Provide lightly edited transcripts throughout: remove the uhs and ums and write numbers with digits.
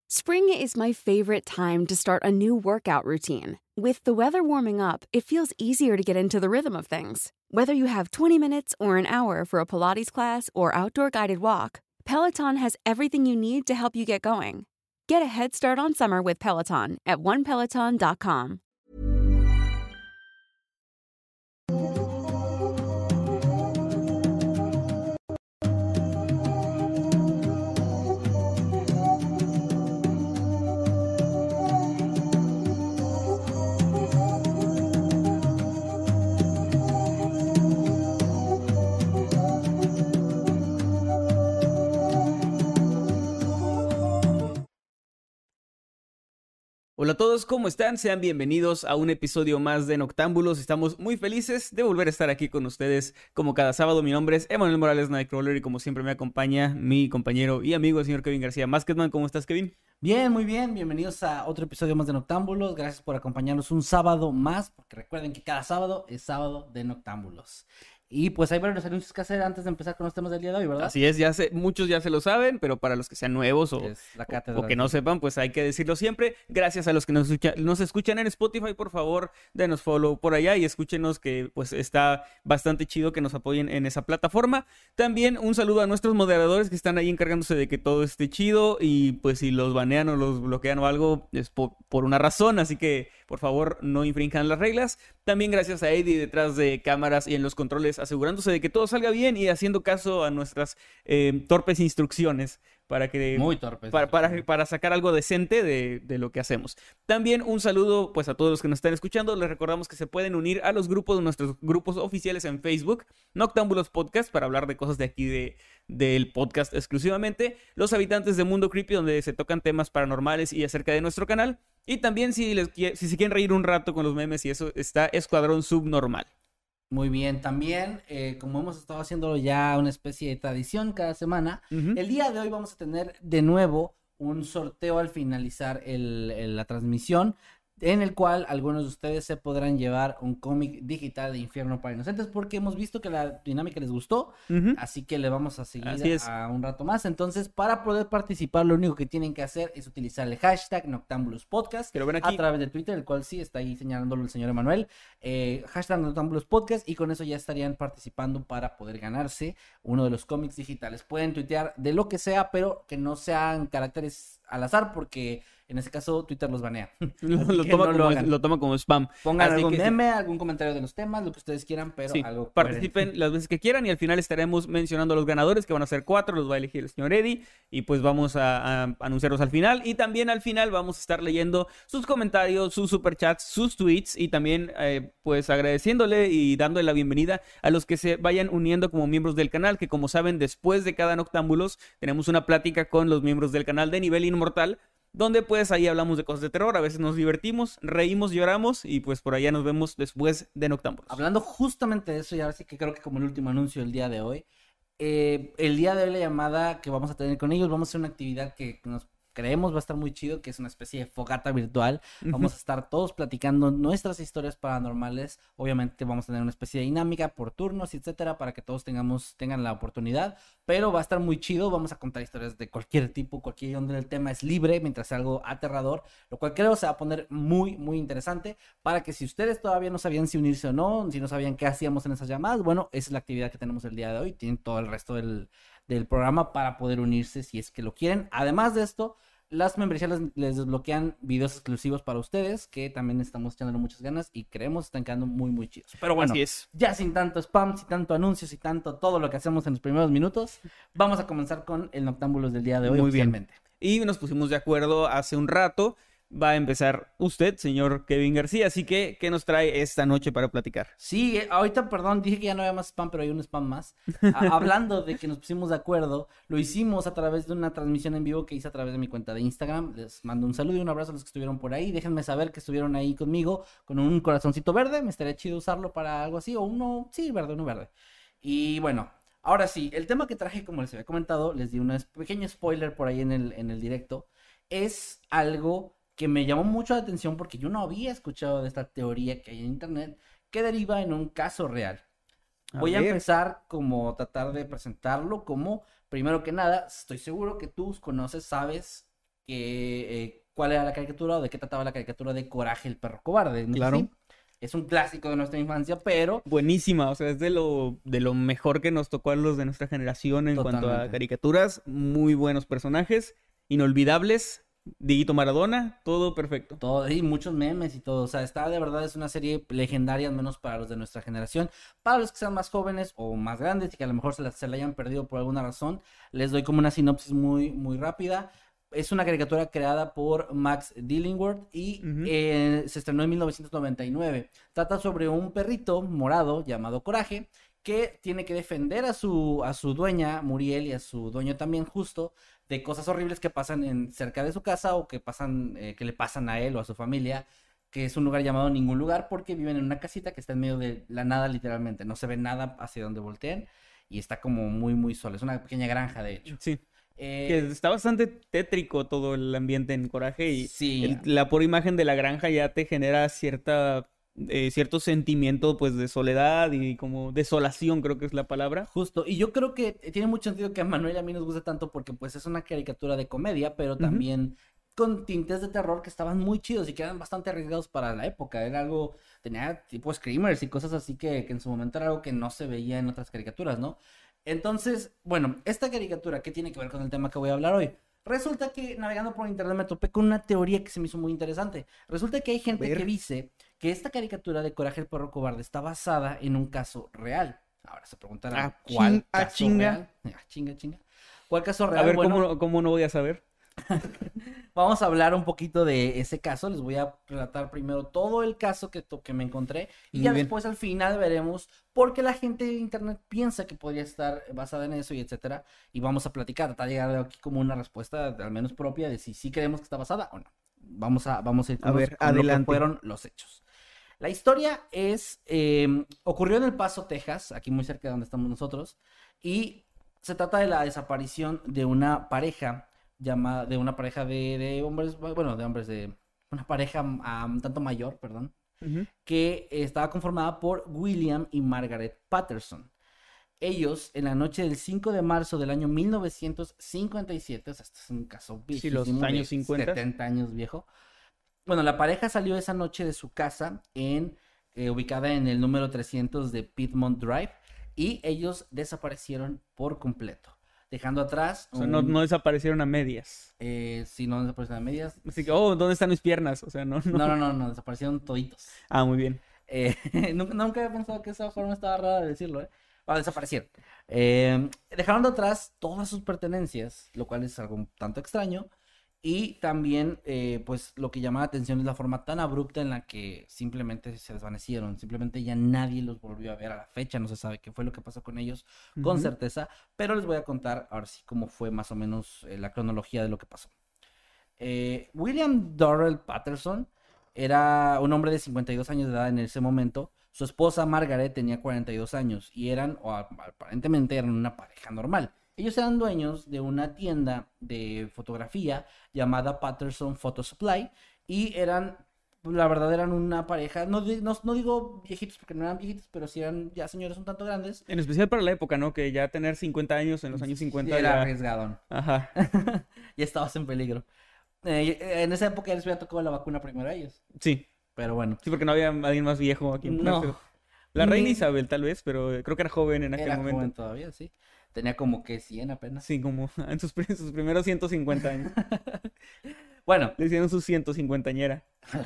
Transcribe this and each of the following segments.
Spring is my favorite time to start a new workout routine. With the weather warming up, it feels easier to get into the rhythm of things. Whether you have 20 minutes or an hour for a Pilates class or outdoor guided walk, Peloton has everything you need to help you get going. Get a head start on summer with Peloton at onepeloton.com. Hola a todos, ¿cómo están? Sean bienvenidos a un episodio más de Noctámbulos. Estamos muy felices de volver a estar aquí con ustedes como cada sábado. Mi nombre es Emanuel Morales Nightcrawler y como siempre me acompaña mi compañero y amigo, el señor Kevin García Masketman. ¿Cómo estás, Kevin? Bien, muy bien. Bienvenidos a otro episodio más de Noctámbulos. Gracias por acompañarnos un sábado más, porque recuerden que cada sábado es sábado de Noctámbulos. Y pues hay varios anuncios que hacer antes de empezar con los temas del día de hoy, ¿verdad? Así es, muchos ya se lo saben, pero para los que sean nuevos o que no sepan, pues hay que decirlo siempre. Gracias a los que nos escuchan en Spotify, por favor, denos follow por allá y escúchenos, que pues está bastante chido que nos apoyen en esa plataforma. También un saludo a nuestros moderadores que están ahí encargándose de que todo esté chido, y pues si los banean o los bloquean o algo es por una razón, así que por favor no infrinjan las reglas. También gracias a Eddie detrás de cámaras y en los controles, asegurándose de que todo salga bien y haciendo caso a nuestras torpes instrucciones para que muy torpes para sacar algo decente de lo que hacemos. También un saludo pues a todos los que nos están escuchando. Les recordamos que se pueden unir a los grupos de nuestros grupos oficiales en Facebook, Noctámbulos Podcast, para hablar de cosas de aquí del podcast exclusivamente, Los Habitantes de Mundo Creepy, donde se tocan temas paranormales y acerca de nuestro canal, y también si se quieren reír un rato con los memes y eso, está Escuadrón Subnormal. Muy bien, también como hemos estado haciendo ya una especie de tradición cada semana, el día de hoy vamos a tener de nuevo un sorteo al finalizar la transmisión, en el cual algunos de ustedes se podrán llevar un cómic digital de Infierno para Inocentes, porque hemos visto que la dinámica les gustó, así que le vamos a seguir a un rato más. Entonces, para poder participar, lo único que tienen que hacer es utilizar el hashtag Noctámbulos Podcast a través de Twitter, el cual sí está ahí señalándolo el señor Emanuel, hashtag Noctámbulos Podcast, y con eso ya estarían participando para poder ganarse uno de los cómics digitales. Pueden tuitear de lo que sea, pero que no sean caracteres al azar, porque en ese caso Twitter los banea. Lo toma como spam. Pongan algún meme, algún comentario de los temas, lo que ustedes quieran, pero algo participen las veces que quieran, y al final estaremos mencionando a los ganadores, que van a ser 4, los va a elegir el señor Eddie, y pues vamos a anunciarlos al final. Y también al final vamos a estar leyendo sus comentarios, sus superchats, sus tweets, y también pues agradeciéndole y dándole la bienvenida a los que se vayan uniendo como miembros del canal, que como saben, después de cada Noctámbulos tenemos una plática con los miembros del canal de Nivel Inmortal, donde pues ahí hablamos de cosas de terror, a veces nos divertimos, reímos, lloramos, y pues por allá nos vemos después de Noctámbulos. Hablando justamente de eso, y ahora sí que creo que como el último anuncio del día de hoy, el día de hoy la llamada que vamos a tener con ellos, vamos a hacer una actividad que nos creemos va a estar muy chido, que es una especie de fogata virtual. Vamos a estar todos platicando nuestras historias paranormales. Obviamente vamos a tener una especie de dinámica por turnos, etcétera, para que todos tengan la oportunidad, pero va a estar muy chido. Vamos a contar historias de cualquier tipo, cualquier donde el tema es libre, mientras sea algo aterrador, lo cual creo se va a poner muy, muy interesante, para que si ustedes todavía no sabían si unirse o no, si no sabían qué hacíamos en esas llamadas, bueno, esa es la actividad que tenemos el día de hoy. Tienen todo el resto del programa para poder unirse si es que lo quieren. Además de esto, las membresías les desbloquean videos exclusivos para ustedes, que también estamos echándole muchas ganas y creemos están quedando muy, muy chidos. Pero bueno, ya sin tanto spam, sin tanto anuncios y tanto todo lo que hacemos en los primeros minutos, vamos a comenzar con el Noctámbulos del día de hoy. Muy bien. Y nos pusimos de acuerdo hace un rato. Va a empezar usted, señor Kevin García, así que, ¿qué nos trae esta noche para platicar? Sí, ahorita, perdón, dije que ya no había más spam, pero hay un spam más. Hablando de que nos pusimos de acuerdo, lo hicimos a través de una transmisión en vivo que hice a través de mi cuenta de Instagram. Les mando un saludo y un abrazo a los que estuvieron por ahí. Déjenme saber que estuvieron ahí conmigo con un corazoncito verde, me estaría chido usarlo para algo así, o uno verde. Y bueno, ahora sí, el tema que traje, como les había comentado, les di un pequeño spoiler por ahí en el directo, es algo que me llamó mucho la atención porque yo no había escuchado de esta teoría que hay en internet, que deriva en un caso real. Voy a empezar como tratar de presentarlo como, primero que nada, estoy seguro que tú conoces, sabes cuál era la caricatura o de qué trataba la caricatura de Coraje, el perro cobarde. ¿No? Claro. ¿Sí? Es un clásico de nuestra infancia, pero... Buenísima, o sea, es de lo mejor que nos tocó a los de nuestra generación en Totalmente. cuanto a caricaturas. Muy buenos personajes, inolvidables. Dieguito Maradona, todo perfecto. Todo, y muchos memes y todo. O sea, de verdad es una serie legendaria, al menos para los de nuestra generación. Para los que sean más jóvenes o más grandes y que a lo mejor se la hayan perdido por alguna razón, les doy como una sinopsis muy, muy rápida. Es una caricatura creada por Max Dillingworth y se estrenó en 1999. Trata sobre un perrito morado llamado Coraje que tiene que defender a su dueña, Muriel, y a su dueño también, Justo, de cosas horribles que pasan cerca de su casa o que le pasan a él o a su familia, que es un lugar llamado Ningún Lugar porque viven en una casita que está en medio de la nada, literalmente. No se ve nada hacia donde volteen y está como muy, muy sola. Es una pequeña granja, de hecho. Sí. Que está bastante tétrico todo el ambiente en Coraje y sí. La pura imagen de la granja ya te genera cierto sentimiento pues de soledad y como desolación, creo que es la palabra. Justo, y yo creo que tiene mucho sentido que a Manuel y a mí nos guste tanto porque pues es una caricatura de comedia, pero también con tintes de terror que estaban muy chidos y que eran bastante arriesgados para la época. Era algo, tenía tipo screamers y cosas así que en su momento era algo que no se veía en otras caricaturas, ¿no? Entonces, bueno, esta caricatura, ¿qué tiene que ver con el tema que voy a hablar hoy? Resulta que navegando por internet me topé con una teoría que se me hizo muy interesante. Resulta que hay gente que dice que esta caricatura de Coraje el perro cobarde está basada en un caso real. Ahora se preguntarán, ¿cuál caso real? Chinga. ¿Cuál caso real? A ver, bueno, ¿cómo no voy a saber? Vamos a hablar un poquito de ese caso. Les voy a relatar primero todo el caso que me encontré y ya después al final veremos por qué la gente de internet piensa que podría estar basada en eso y etcétera. Y vamos a platicar, tratar de llegar aquí como una respuesta al menos propia de si sí creemos que está basada o no. Vamos a ir con lo que fueron los hechos. La historia ocurrió en El Paso, Texas, aquí muy cerca de donde estamos nosotros, y se trata de la desaparición de una pareja de una pareja un tanto mayor, perdón, que estaba conformada por William y Margaret Patterson. Ellos, en la noche del 5 de marzo del año 1957, o sea, este es un caso viejísimo, sí, los años 50. 70 años viejo. Bueno, la pareja salió esa noche de su casa ubicada en el número 300 de Piedmont Drive y ellos desaparecieron por completo. Dejando atrás... O sea, no desaparecieron a medias. Sí, no desaparecieron a medias. Así que, ¿dónde están mis piernas? O sea, no. No, desaparecieron toditos. Ah, muy bien. Nunca había pensado que esa forma estaba rara de decirlo, desaparecieron. Dejando atrás todas sus pertenencias, lo cual es algo un tanto extraño. Y también, pues, lo que llama la atención es la forma tan abrupta en la que simplemente se desvanecieron. Simplemente ya nadie los volvió a ver a la fecha. No se sabe qué fue lo que pasó con ellos con certeza. Pero les voy a contar ahora sí cómo fue más o menos la cronología de lo que pasó. William Dorrell Patterson era un hombre de 52 años de edad en ese momento. Su esposa Margaret tenía 42 años y aparentemente eran una pareja normal. Ellos eran dueños de una tienda de fotografía llamada Patterson Photo Supply y eran una pareja, no digo viejitos porque no eran viejitos, pero sí eran ya señores un tanto grandes. En especial para la época, ¿no? Que ya tener 50 años en los años 50 era arriesgadón. Ajá. Ya estabas en peligro. En esa época ya les había tocado la vacuna primero a ellos. Sí. Pero bueno. Sí, porque no había alguien más viejo aquí en No. La reina Isabel tal vez, pero creo que era joven en aquel momento. Era joven todavía, sí. Tenía como que 100 apenas. Sí, como en sus primeros 150 años. Bueno. Le hicieron sus 150añera.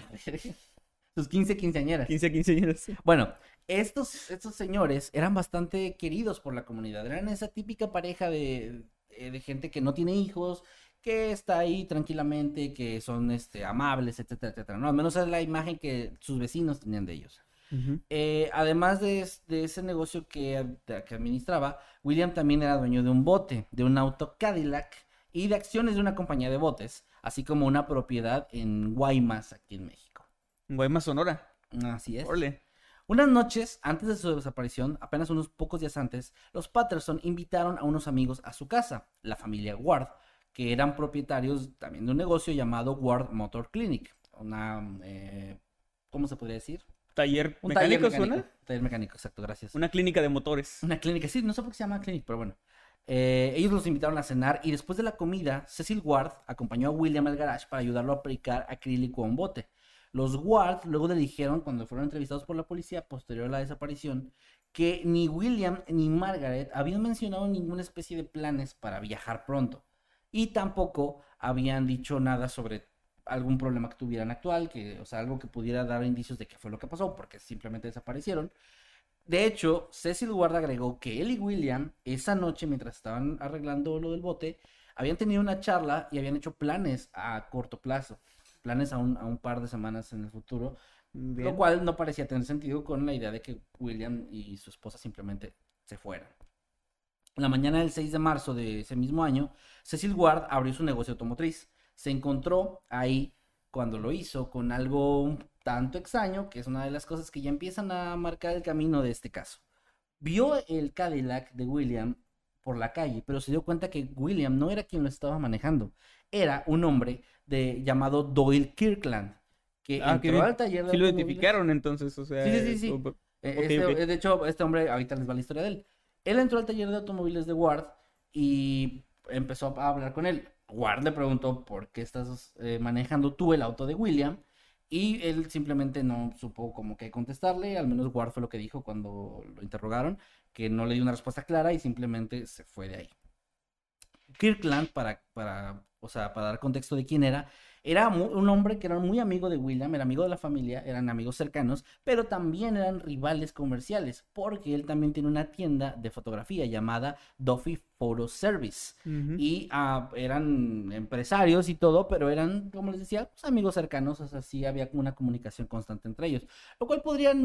Sus 15 quinceañeras. 15 quinceañeras, sí. Bueno, estos señores eran bastante queridos por la comunidad. Eran esa típica pareja de gente que no tiene hijos, que está ahí tranquilamente, que son amables, etcétera, etcétera. No, al menos es la imagen que sus vecinos tenían de ellos. Además de ese negocio que administraba, William también era dueño de un bote, de un auto Cadillac y de acciones de una compañía de botes, así como una propiedad en Guaymas, aquí en México. Guaymas, Sonora. Así es. Orle. Unas noches antes de su desaparición, apenas unos pocos días antes, los Patterson invitaron a unos amigos a su casa, la familia Ward, que eran propietarios también de un negocio llamado Ward Motor Clinic. ¿Cómo se podría decir? ¿Taller mecánico suena? Taller mecánico, exacto, gracias. Una clínica de motores. Una clínica, sí, no sé por qué se llama clínica, pero bueno. Ellos los invitaron a cenar y después de la comida, Cecil Ward acompañó a William al garage para ayudarlo a aplicar acrílico a un bote. Los Ward luego le dijeron, cuando fueron entrevistados por la policía posterior a la desaparición, que ni William ni Margaret habían mencionado ninguna especie de planes para viajar pronto. Y tampoco habían dicho nada sobre algún problema que tuvieran actual, o sea, algo que pudiera dar indicios de qué fue lo que pasó, porque simplemente desaparecieron. De hecho, Cecil Ward agregó que él y William, esa noche, mientras estaban arreglando lo del bote, habían tenido una charla y habían hecho planes a corto plazo, planes a un par de semanas en el futuro, bien. Lo cual no parecía tener sentido con la idea de que William y su esposa simplemente se fueran. La mañana del 6 de marzo de ese mismo año, Cecil Ward abrió su negocio automotriz. Se encontró ahí, cuando lo hizo, con algo un tanto extraño, que es una de las cosas que ya empiezan a marcar el camino de este caso. Vio el Cadillac de William por la calle, pero se dio cuenta que William no era quien lo estaba manejando. Era un hombre llamado Doyle Kirkland, que entró al taller de sí lo identificaron entonces, o sea... Sí. Okay. De hecho, este hombre, ahorita les va la historia de él. Él entró al taller de automóviles de Ward y empezó a hablar con él. Ward le preguntó por qué estás manejando tú el auto de William, y él simplemente no supo como que contestarle. Al menos Ward fue lo que dijo cuando lo interrogaron, que no le dio una respuesta clara y simplemente se fue de ahí. Kirkland, para dar contexto de quién era un hombre que era muy amigo de William, era amigo de la familia, eran amigos cercanos, pero también eran rivales comerciales, porque él también tiene una tienda de fotografía llamada Duffy Photo Service. Y eran empresarios y todo, pero eran, como les decía, pues, amigos cercanos, o sea, sí había una comunicación constante entre ellos, lo cual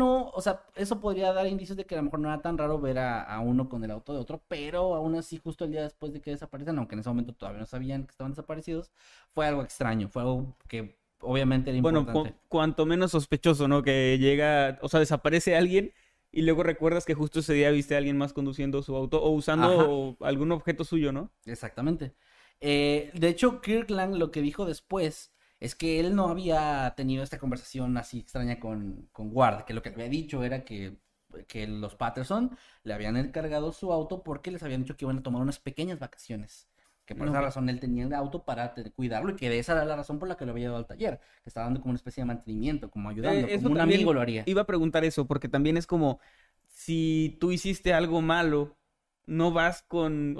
eso podría dar indicios de que a lo mejor no era tan raro ver a uno con el auto de otro, pero aún así, justo el día después de que desaparecen, aunque en ese momento todavía no sabían que estaban desaparecidos, fue algo extraño, fue algo que obviamente era importante. Bueno, cuanto menos sospechoso, ¿no? Que llega, o sea, desaparece alguien y luego recuerdas que justo ese día viste a alguien más conduciendo su auto o usando algún objeto suyo, ¿no? Exactamente. De hecho, Kirkland lo que dijo después es que él no había tenido esta conversación así extraña con Ward, que lo que le había dicho era que los Patterson le habían encargado su auto porque les habían dicho que iban a tomar unas pequeñas vacaciones. Que por esa razón él tenía el auto para cuidarlo, y que esa era la razón por la que lo había llevado al taller, que estaba dando como una especie de mantenimiento, como ayudando, como un amigo lo haría. Iba a preguntar eso, porque también es como, si tú hiciste algo malo, no vas con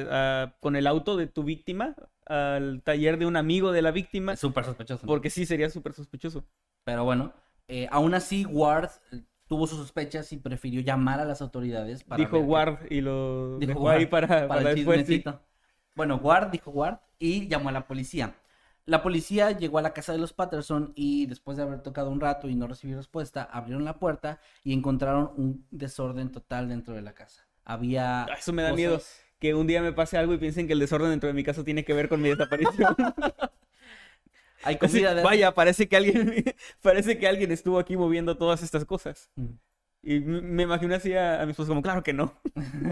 el auto de tu víctima al taller de un amigo de la víctima. Es súper sospechoso, ¿no? Porque sí, sería súper sospechoso. Pero bueno, aún así Ward tuvo sus sospechas y prefirió llamar a las autoridades para dijo Ward y lo dejó ahí para después. Sí. Bueno, dijo Ward y llamó a la policía. La policía llegó a la casa de los Patterson y después de haber tocado un rato y no recibir respuesta, abrieron la puerta y encontraron un desorden total dentro de la casa. Había Eso me da miedo, que un día me pase algo y piensen que el desorden dentro de mi casa tiene que ver con mi desaparición. Hay comida de... Vaya, parece que alguien estuvo aquí moviendo todas estas cosas. Y me imagino así a mi esposa como, claro que no.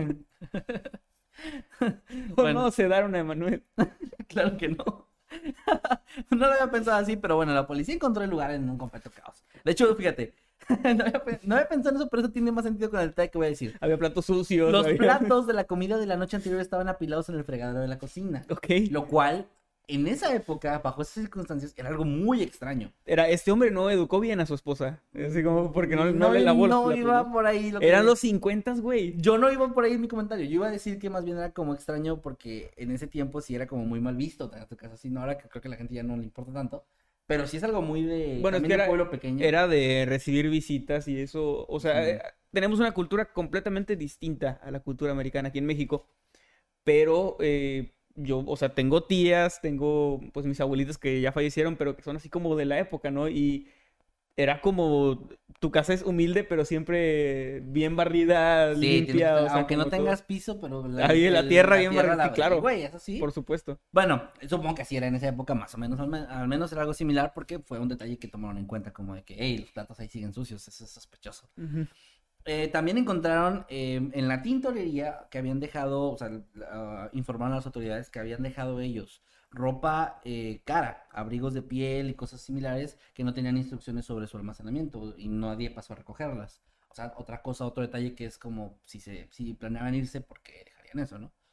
Bueno. No se daron a Emanuel. Claro que no. No lo había pensado así, pero bueno, la policía encontró el lugar en un completo caos. De hecho, fíjate, no había pensado en eso, pero eso tiene más sentido con el detalle que voy a decir. Había platos sucios. Los platos de la comida de la noche anterior estaban apilados en el fregadero de la cocina. Ok. Lo cual, en esa época, bajo esas circunstancias, era algo muy extraño. Este hombre no educó bien a su esposa. Así como porque no le lavó los platos. No iba por ahí. Eran los 50, güey. Yo no iba por ahí en mi comentario. Yo iba a decir que más bien era como extraño porque en ese tiempo sí era como muy mal visto tener tu casa así. No, ahora que creo que a la gente ya no le importa tanto. Pero sí es algo muy de... Bueno, es que era pueblo pequeño. Era de recibir visitas y eso... O sea, tenemos una cultura completamente distinta a la cultura americana aquí en México. Pero... yo, o sea, tengo tías, tengo pues mis abuelitas que ya fallecieron, pero que son así como de la época, ¿no? Y era como, tu casa es humilde, pero siempre bien barrida, limpia. O sea, aunque no tengas piso, pero... Ahí la tierra bien barrida, claro. Güey, eso sí. Por supuesto. Bueno, supongo que así era en esa época, más o menos, al menos era algo similar, porque fue un detalle que tomaron en cuenta, como de que, hey, los platos ahí siguen sucios, eso es sospechoso. También encontraron en la tintorería que habían dejado, o sea, informaron a las autoridades que habían dejado ellos ropa cara, abrigos de piel y cosas similares que no tenían instrucciones sobre su almacenamiento y nadie pasó a recogerlas. O sea, otro detalle que es como si planeaban irse, porque dejarían eso, ¿no?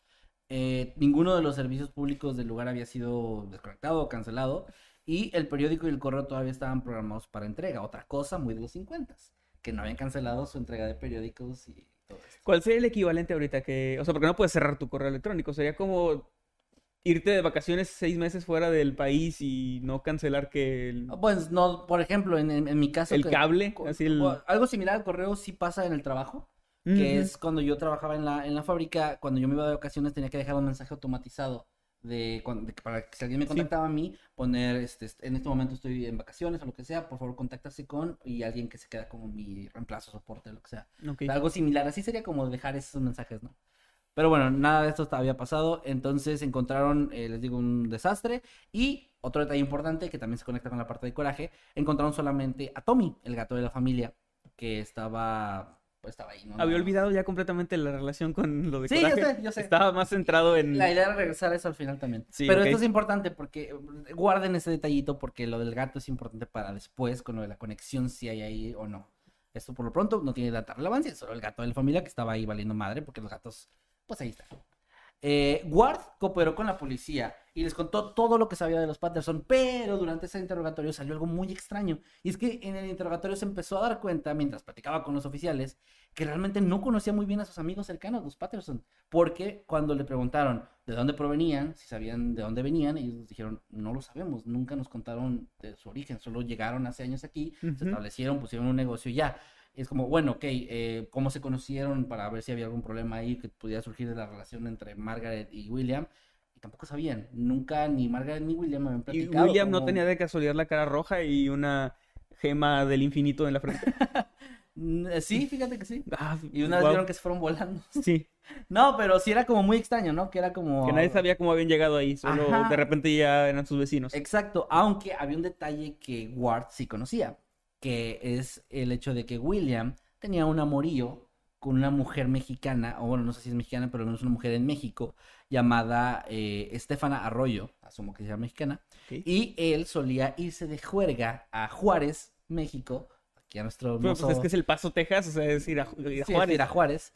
Ninguno de los servicios públicos del lugar había sido desconectado o cancelado. Y el periódico y el correo todavía estaban programados para entrega. Otra cosa muy de los 50, que no habían cancelado su entrega de periódicos y todo esto. ¿Cuál sería el equivalente ahorita que... O sea, porque no puedes cerrar tu correo electrónico. Sería como irte de vacaciones 6 meses fuera del país y no cancelar que... Pues no, por ejemplo, en mi caso... El cable, así algo similar al correo sí pasa en el trabajo. Que es cuando yo trabajaba en la fábrica, cuando yo me iba de vacaciones tenía que dejar un mensaje automatizado para que si alguien me contactaba a mí, poner, en este momento estoy en vacaciones o lo que sea, por favor contáctase con, y alguien que se queda como mi reemplazo, soporte, lo que sea. Okay. Algo similar, así sería como dejar esos mensajes, ¿no? Pero bueno, nada de esto había pasado, entonces encontraron, les digo, un desastre, y otro detalle importante que también se conecta con la parte de coraje, encontraron solamente a Tommy, el gato de la familia, que estaba ahí, ¿no? Había olvidado ya completamente la relación con lo de sí, coraje. yo sé. Estaba más centrado en... La idea era regresar a eso al final también. Sí, pero okay. Esto es importante porque guarden ese detallito porque lo del gato es importante para después con lo de la conexión si hay ahí o no. Esto por lo pronto no tiene tanta relevancia, es solo el gato de la familia que estaba ahí valiendo madre porque los gatos, pues ahí están. Ward cooperó con la policía y les contó todo lo que sabía de los Patterson, pero durante ese interrogatorio salió algo muy extraño. Y es que en el interrogatorio se empezó a dar cuenta, mientras platicaba con los oficiales, que realmente no conocía muy bien a sus amigos cercanos, los Patterson. Porque cuando le preguntaron de dónde provenían, si sabían de dónde venían, ellos dijeron, no lo sabemos, nunca nos contaron de su origen, solo llegaron hace años aquí, se establecieron, pusieron un negocio y ya. Es como, bueno, ok, ¿cómo se conocieron para ver si había algún problema ahí que pudiera surgir de la relación entre Margaret y William? Y tampoco sabían, nunca ni Margaret ni William me habían platicado. Y William no tenía de casualidad la cara roja y una gema del infinito en la frente. Sí, fíjate que sí. Ah, y una vez vieron que se fueron volando. Sí. No, pero sí era como muy extraño, ¿no? Que era como... Que nadie sabía cómo habían llegado ahí, solo de repente ya eran sus vecinos. Exacto, aunque había un detalle que Ward sí conocía, que es el hecho de que William tenía un amorío con una mujer mexicana, o bueno, no sé si es mexicana, pero no es una mujer en México, llamada Estefana Arroyo, asumo que sea mexicana, okay. Y él solía irse de juerga a Juárez, México, aquí a nuestro hermoso... Pues es que es El Paso, Texas, o sea, es ir a Juárez. Sí, es ir a Juárez.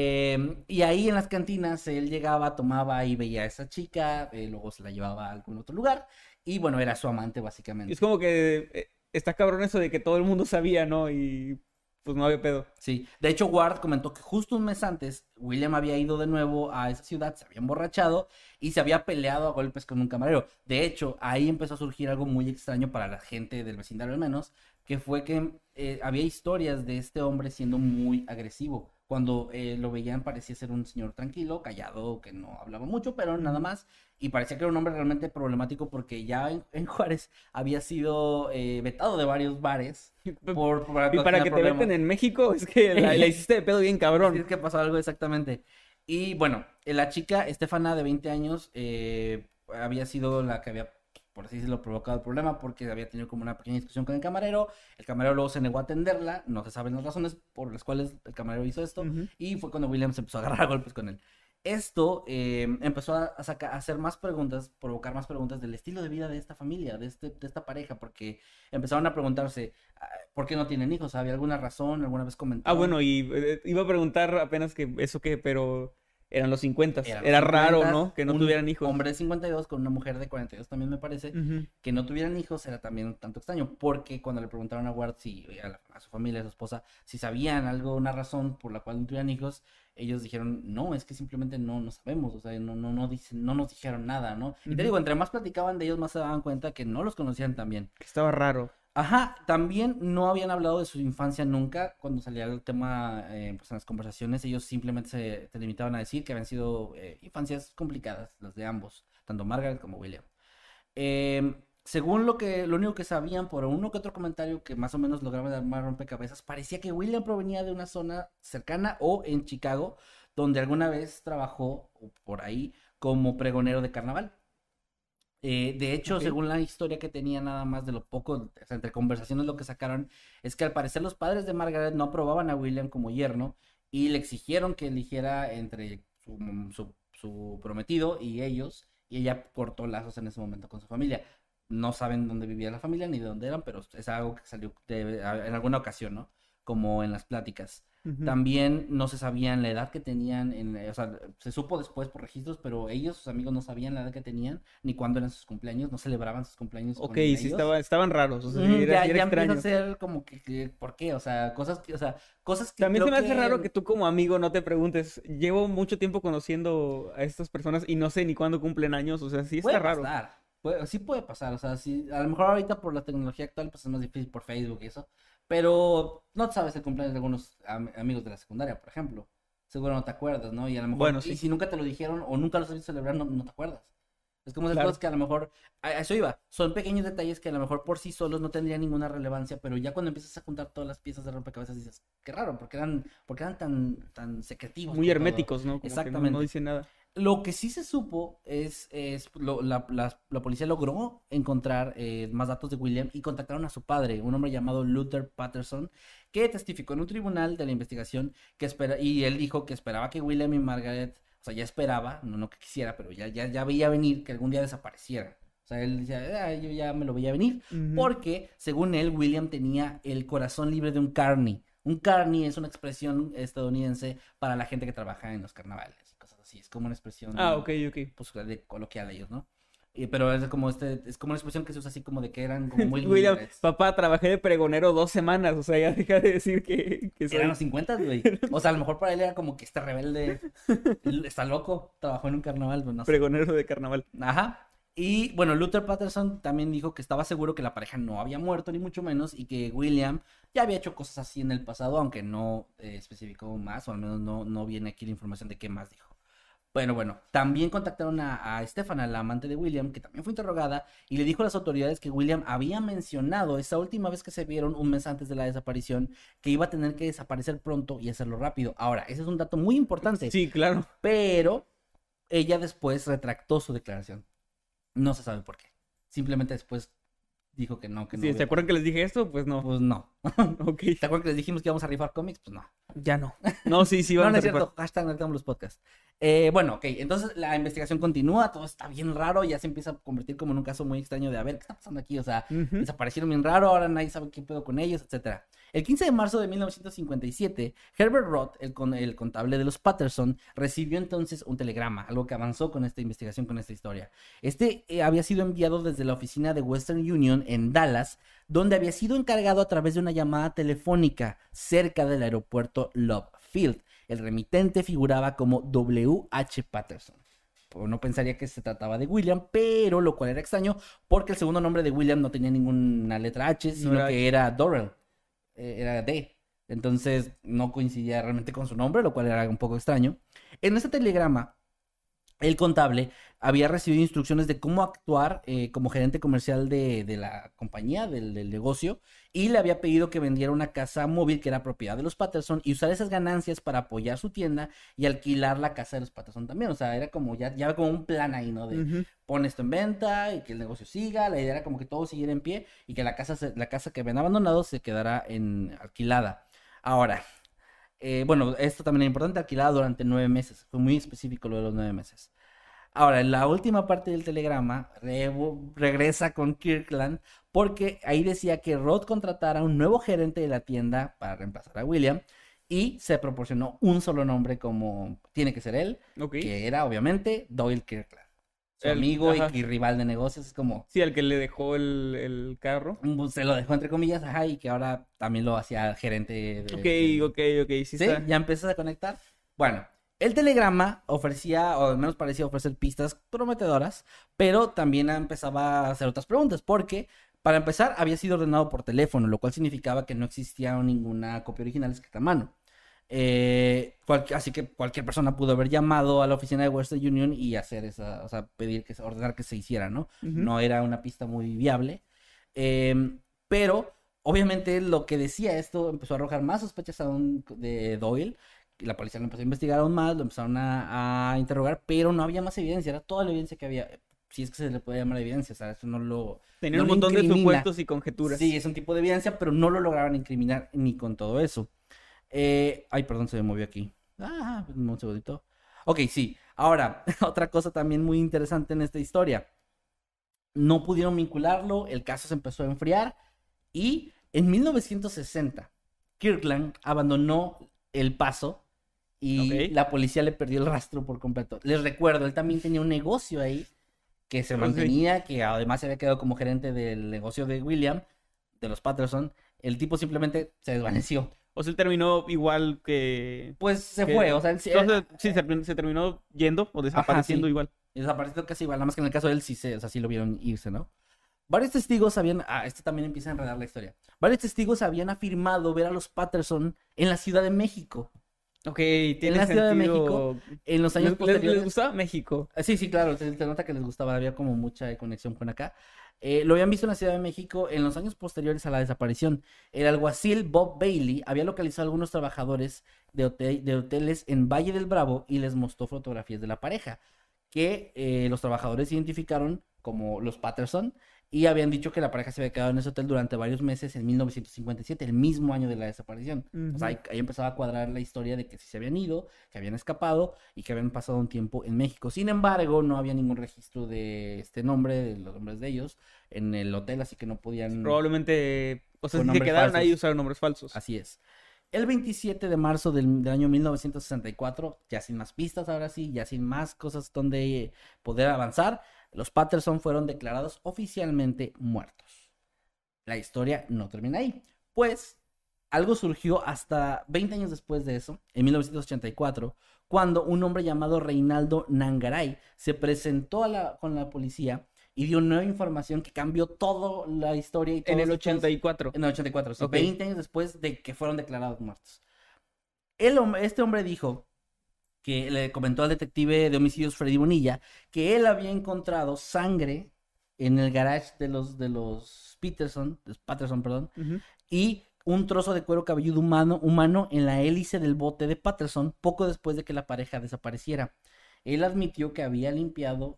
Y ahí en las cantinas él llegaba, tomaba y veía a esa chica, luego se la llevaba a algún otro lugar, y bueno, era su amante básicamente. Es como que... está cabrón eso de que todo el mundo sabía, ¿no? Y pues no había pedo. Sí, de hecho Ward comentó que justo un mes antes William había ido de nuevo a esa ciudad, se había emborrachado y se había peleado a golpes con un camarero. De hecho, ahí empezó a surgir algo muy extraño para la gente del vecindario al menos, que fue que había historias de este hombre siendo muy agresivo. Cuando lo veían parecía ser un señor tranquilo, callado, que no hablaba mucho, pero nada más. Y parecía que era un hombre realmente problemático porque ya en Juárez había sido vetado de varios bares. Y para que te veten en México es que la hiciste de pedo bien cabrón. Sí, es que pasó algo exactamente. Y bueno, la chica, Estefana, de 20 años, había sido la que había, por así decirlo, provocado el problema porque había tenido como una pequeña discusión con el camarero luego se negó a atenderla, no se saben las razones por las cuales el camarero hizo esto, y fue cuando William se empezó a agarrar a golpes con él. Esto empezó a hacer más preguntas, provocar más preguntas del estilo de vida de esta familia, de esta pareja, porque empezaron a preguntarse, ¿por qué no tienen hijos? ¿Había alguna razón? ¿Alguna vez comentaron? Bueno, y iba a preguntar apenas que eso qué, pero... Eran los 50. Era raro, ¿no? Que no tuvieran hijos. Un hombre de 52 con una mujer de 42 también me parece. Que no tuvieran hijos era también un tanto extraño. Porque cuando le preguntaron a Ward, a su familia, a su esposa, si sabían algo, una razón por la cual no tuvieran hijos, ellos dijeron, no, es que simplemente no sabemos. O sea, no nos dijeron nada, ¿no? Y te digo, entre más platicaban de ellos, más se daban cuenta que no los conocían tan bien. Que estaba raro. Ajá, también no habían hablado de su infancia nunca. Cuando salía el tema pues en las conversaciones, ellos simplemente se limitaban a decir que habían sido infancias complicadas, las de ambos, tanto Margaret como William. Según lo único que sabían por uno que otro comentario que más o menos lograban armar rompecabezas, parecía que William provenía de una zona cercana o en Chicago, donde alguna vez trabajó por ahí como pregonero de carnaval. De hecho, según la historia que tenía nada más de lo poco, o sea, entre conversaciones lo que sacaron, es que al parecer los padres de Margaret no aprobaban a William como yerno y le exigieron que eligiera entre su prometido y ellos, y ella cortó lazos en ese momento con su familia. No saben dónde vivía la familia ni de dónde eran, pero es algo que salió en alguna ocasión, ¿no? como en las pláticas. También no se sabían la edad que tenían, o sea, se supo después por registros, pero ellos, sus amigos, no sabían la edad que tenían, ni cuándo eran sus cumpleaños, no celebraban sus cumpleaños Ok, con sí, ellos. estaban raros, o sea, ya era empieza extraño. a ser como que, ¿por qué? O sea, cosas que También se me hace raro que tú como amigo no te preguntes, llevo mucho tiempo conociendo a estas personas y no sé ni cuándo cumplen años, o sea, sí está raro. Sí puede pasar, o sea, sí, a lo mejor ahorita por la tecnología actual pues es más difícil por Facebook y eso, pero no sabes el cumpleaños de algunos amigos de la secundaria, por ejemplo. Seguro no te acuerdas, ¿no? Y a lo mejor, bueno, sí. Y si nunca te lo dijeron o nunca los has visto celebrar, no te acuerdas. Es como esas cosas que a lo mejor, a eso iba, son pequeños detalles que a lo mejor por sí solos no tendrían ninguna relevancia, pero ya cuando empiezas a juntar todas las piezas de rompecabezas dices, qué raro, porque eran tan secretivos. Muy herméticos, ¿no? Como exactamente. Que no dicen nada. Lo que sí se supo la policía logró encontrar más datos de William y contactaron a su padre, un hombre llamado Luther Patterson, que testificó en un tribunal de la investigación y él dijo que esperaba que William y Margaret, o sea, ya esperaba, no que quisiera, pero ya veía venir que algún día desaparecieran. O sea, él decía, yo ya me lo veía venir, porque según él, William tenía el corazón libre de un carny. Un carny es una expresión estadounidense para la gente que trabaja en los carnavales. Sí, es como una expresión pues, de coloquial de ellos, ¿no? Pero es como una expresión que se usa así como de que eran como muy William, libres. papá, trabajé de pregonero 2 semanas, o sea, ya deja de decir que soy... Eran los 50, güey. O sea, a lo mejor para él era como que este rebelde está loco, trabajó en un carnaval, pues no sé. Pregonero de carnaval. Ajá. Y bueno, Luther Patterson también dijo que estaba seguro que la pareja no había muerto, ni mucho menos, y que William ya había hecho cosas así en el pasado, aunque no especificó más, o al menos no viene aquí la información de qué más dijo. Bueno, también contactaron a Stephanie, la amante de William, que también fue interrogada, y le dijo a las autoridades que William había mencionado esa última vez que se vieron un mes antes de la desaparición, que iba a tener que desaparecer pronto y hacerlo rápido. Ahora, ese es un dato muy importante. Sí, claro. Pero ella después retractó su declaración. No se sabe por qué. Simplemente después dijo que no. Sí, ¿se acuerdan que les dije esto? Pues no. Pues no. Ok. ¿Te acuerdas que les dijimos que íbamos a rifar cómics? Pues no. Ya no. No, sí, vamos a rifar. No es cierto. Hashtag Nerdamos los podcasts. Bueno, ok. Entonces la investigación continúa. Todo está bien raro. Ya se empieza a convertir como en un caso muy extraño de a ver qué está pasando aquí. O sea, desaparecieron bien raro. Ahora nadie sabe qué pedo con ellos, etcétera. El 15 de marzo de 1957, Herbert Roth, el contable de los Patterson, recibió entonces un telegrama, algo que avanzó con esta investigación, con esta historia. Había sido enviado desde la oficina de Western Union en Dallas, donde había sido encargado a través de una llamada telefónica cerca del aeropuerto Love Field. El remitente figuraba como W.H. Patterson. No pensaría que se trataba de William, pero lo cual era extraño porque el segundo nombre de William no tenía ninguna letra H, sino que era Dorrell. Era D. Entonces no coincidía realmente con su nombre, lo cual era un poco extraño. En este telegrama, el contable había recibido instrucciones de cómo actuar como gerente comercial de la compañía, del negocio, y le había pedido que vendiera una casa móvil que era propiedad de los Patterson y usar esas ganancias para apoyar su tienda y alquilar la casa de los Patterson también. O sea, era como ya como un plan ahí, ¿no? De pon esto en venta y que el negocio siga. La idea era como que todo siguiera en pie y que la casa que habían abandonado se quedara alquilada. Ahora, bueno, esto también es importante, alquilada durante 9 meses. Fue muy específico lo de los 9 meses. Ahora, en la última parte del telegrama, regresa con Kirkland porque ahí decía que Roth contratara un nuevo gerente de la tienda para reemplazar a William y se proporcionó un solo nombre como tiene que ser él, que era obviamente Doyle Kirkland. Su amigo y rival de negocios, es como... Sí, el que le dejó el carro. Se lo dejó entre comillas, y que ahora también lo hacía gerente de... Ok, sí está. ¿Ya empiezas a conectar? Bueno, el telegrama ofrecía, o al menos parecía ofrecer pistas prometedoras, pero también empezaba a hacer otras preguntas, porque... Para empezar, había sido ordenado por teléfono, lo cual significaba que no existía ninguna copia original escrita a mano. Así que cualquier persona pudo haber llamado a la oficina de Western Union y hacer ordenar que se hiciera, ¿no? No era una pista muy viable. Pero, obviamente, lo que decía esto empezó a arrojar más sospechas aún de Doyle. La policía lo empezó a investigar aún más, lo empezaron a interrogar, pero no había más evidencia, era toda la evidencia que había. Si es que se le puede llamar evidencia, o sea, eso no lo... Tenía un montón de supuestos y conjeturas. Sí, es un tipo de evidencia, pero no lo lograban incriminar ni con todo eso. Perdón, se me movió aquí. Un segundito. Ok, sí. Ahora, otra cosa también muy interesante en esta historia. No pudieron vincularlo, el caso se empezó a enfriar y en 1960 Kirkland abandonó El Paso y la policía le perdió el rastro por completo. Les recuerdo, él también tenía un negocio ahí que se mantenía, que además se había quedado como gerente del negocio de William, de los Patterson. El tipo simplemente se desvaneció. O sea, él terminó igual que... Pues se fue, o sea, él sí, se terminó yendo o desapareciendo igual. Y desapareció casi igual, nada más que en el caso de él sí lo vieron irse, ¿no? Varios testigos habían... esto también empieza a enredar la historia. Varios testigos habían afirmado ver a los Patterson en la Ciudad de México. Ok, tiene en la Ciudad de México, en los años posteriores. ¿Les gustaba México? Sí, claro, se nota que les gustaba, había como mucha conexión con acá. Lo habían visto en la Ciudad de México en los años posteriores a la desaparición. El alguacil Bob Bailey había localizado a algunos trabajadores de hoteles en Valle del Bravo y les mostró fotografías de la pareja, que los trabajadores identificaron como los Patterson y habían dicho que la pareja se había quedado en ese hotel durante varios meses en 1957, el mismo año de la desaparición. O sea, ahí empezaba a cuadrar la historia de que sí se habían ido, que habían escapado y que habían pasado un tiempo en México. Sin embargo, no había ningún registro de este nombre, de los nombres de ellos, en el hotel, así que no podían... Probablemente, o sea, si se quedaron ahí usaron nombres falsos. Así es. El 27 de marzo del año 1964, ya sin más pistas ahora sí, ya sin más cosas donde poder avanzar, los Patterson fueron declarados oficialmente muertos. La historia no termina ahí, pues algo surgió hasta 20 años después de eso, en 1984, cuando un hombre llamado Reinaldo Nangaray se presentó con la policía y dio nueva información que cambió toda la historia. Y en el 84. En el 84, sí, okay. 20 años después de que fueron declarados muertos. Este hombre dijo que le comentó al detective de homicidios Freddy Bonilla que él había encontrado sangre en el garage de los Patterson, y un trozo de cuero cabelludo humano en la hélice del bote de Patterson poco después de que la pareja desapareciera. Él admitió que había limpiado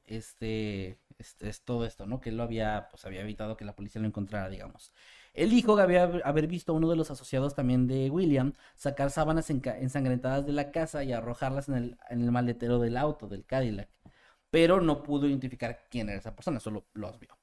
todo esto, ¿no? Que él había evitado que la policía lo encontrara, digamos. Él dijo que haber visto a uno de los asociados también de William sacar sábanas ensangrentadas de la casa y arrojarlas en el maletero del auto, del Cadillac. Pero no pudo identificar quién era esa persona, solo los vio.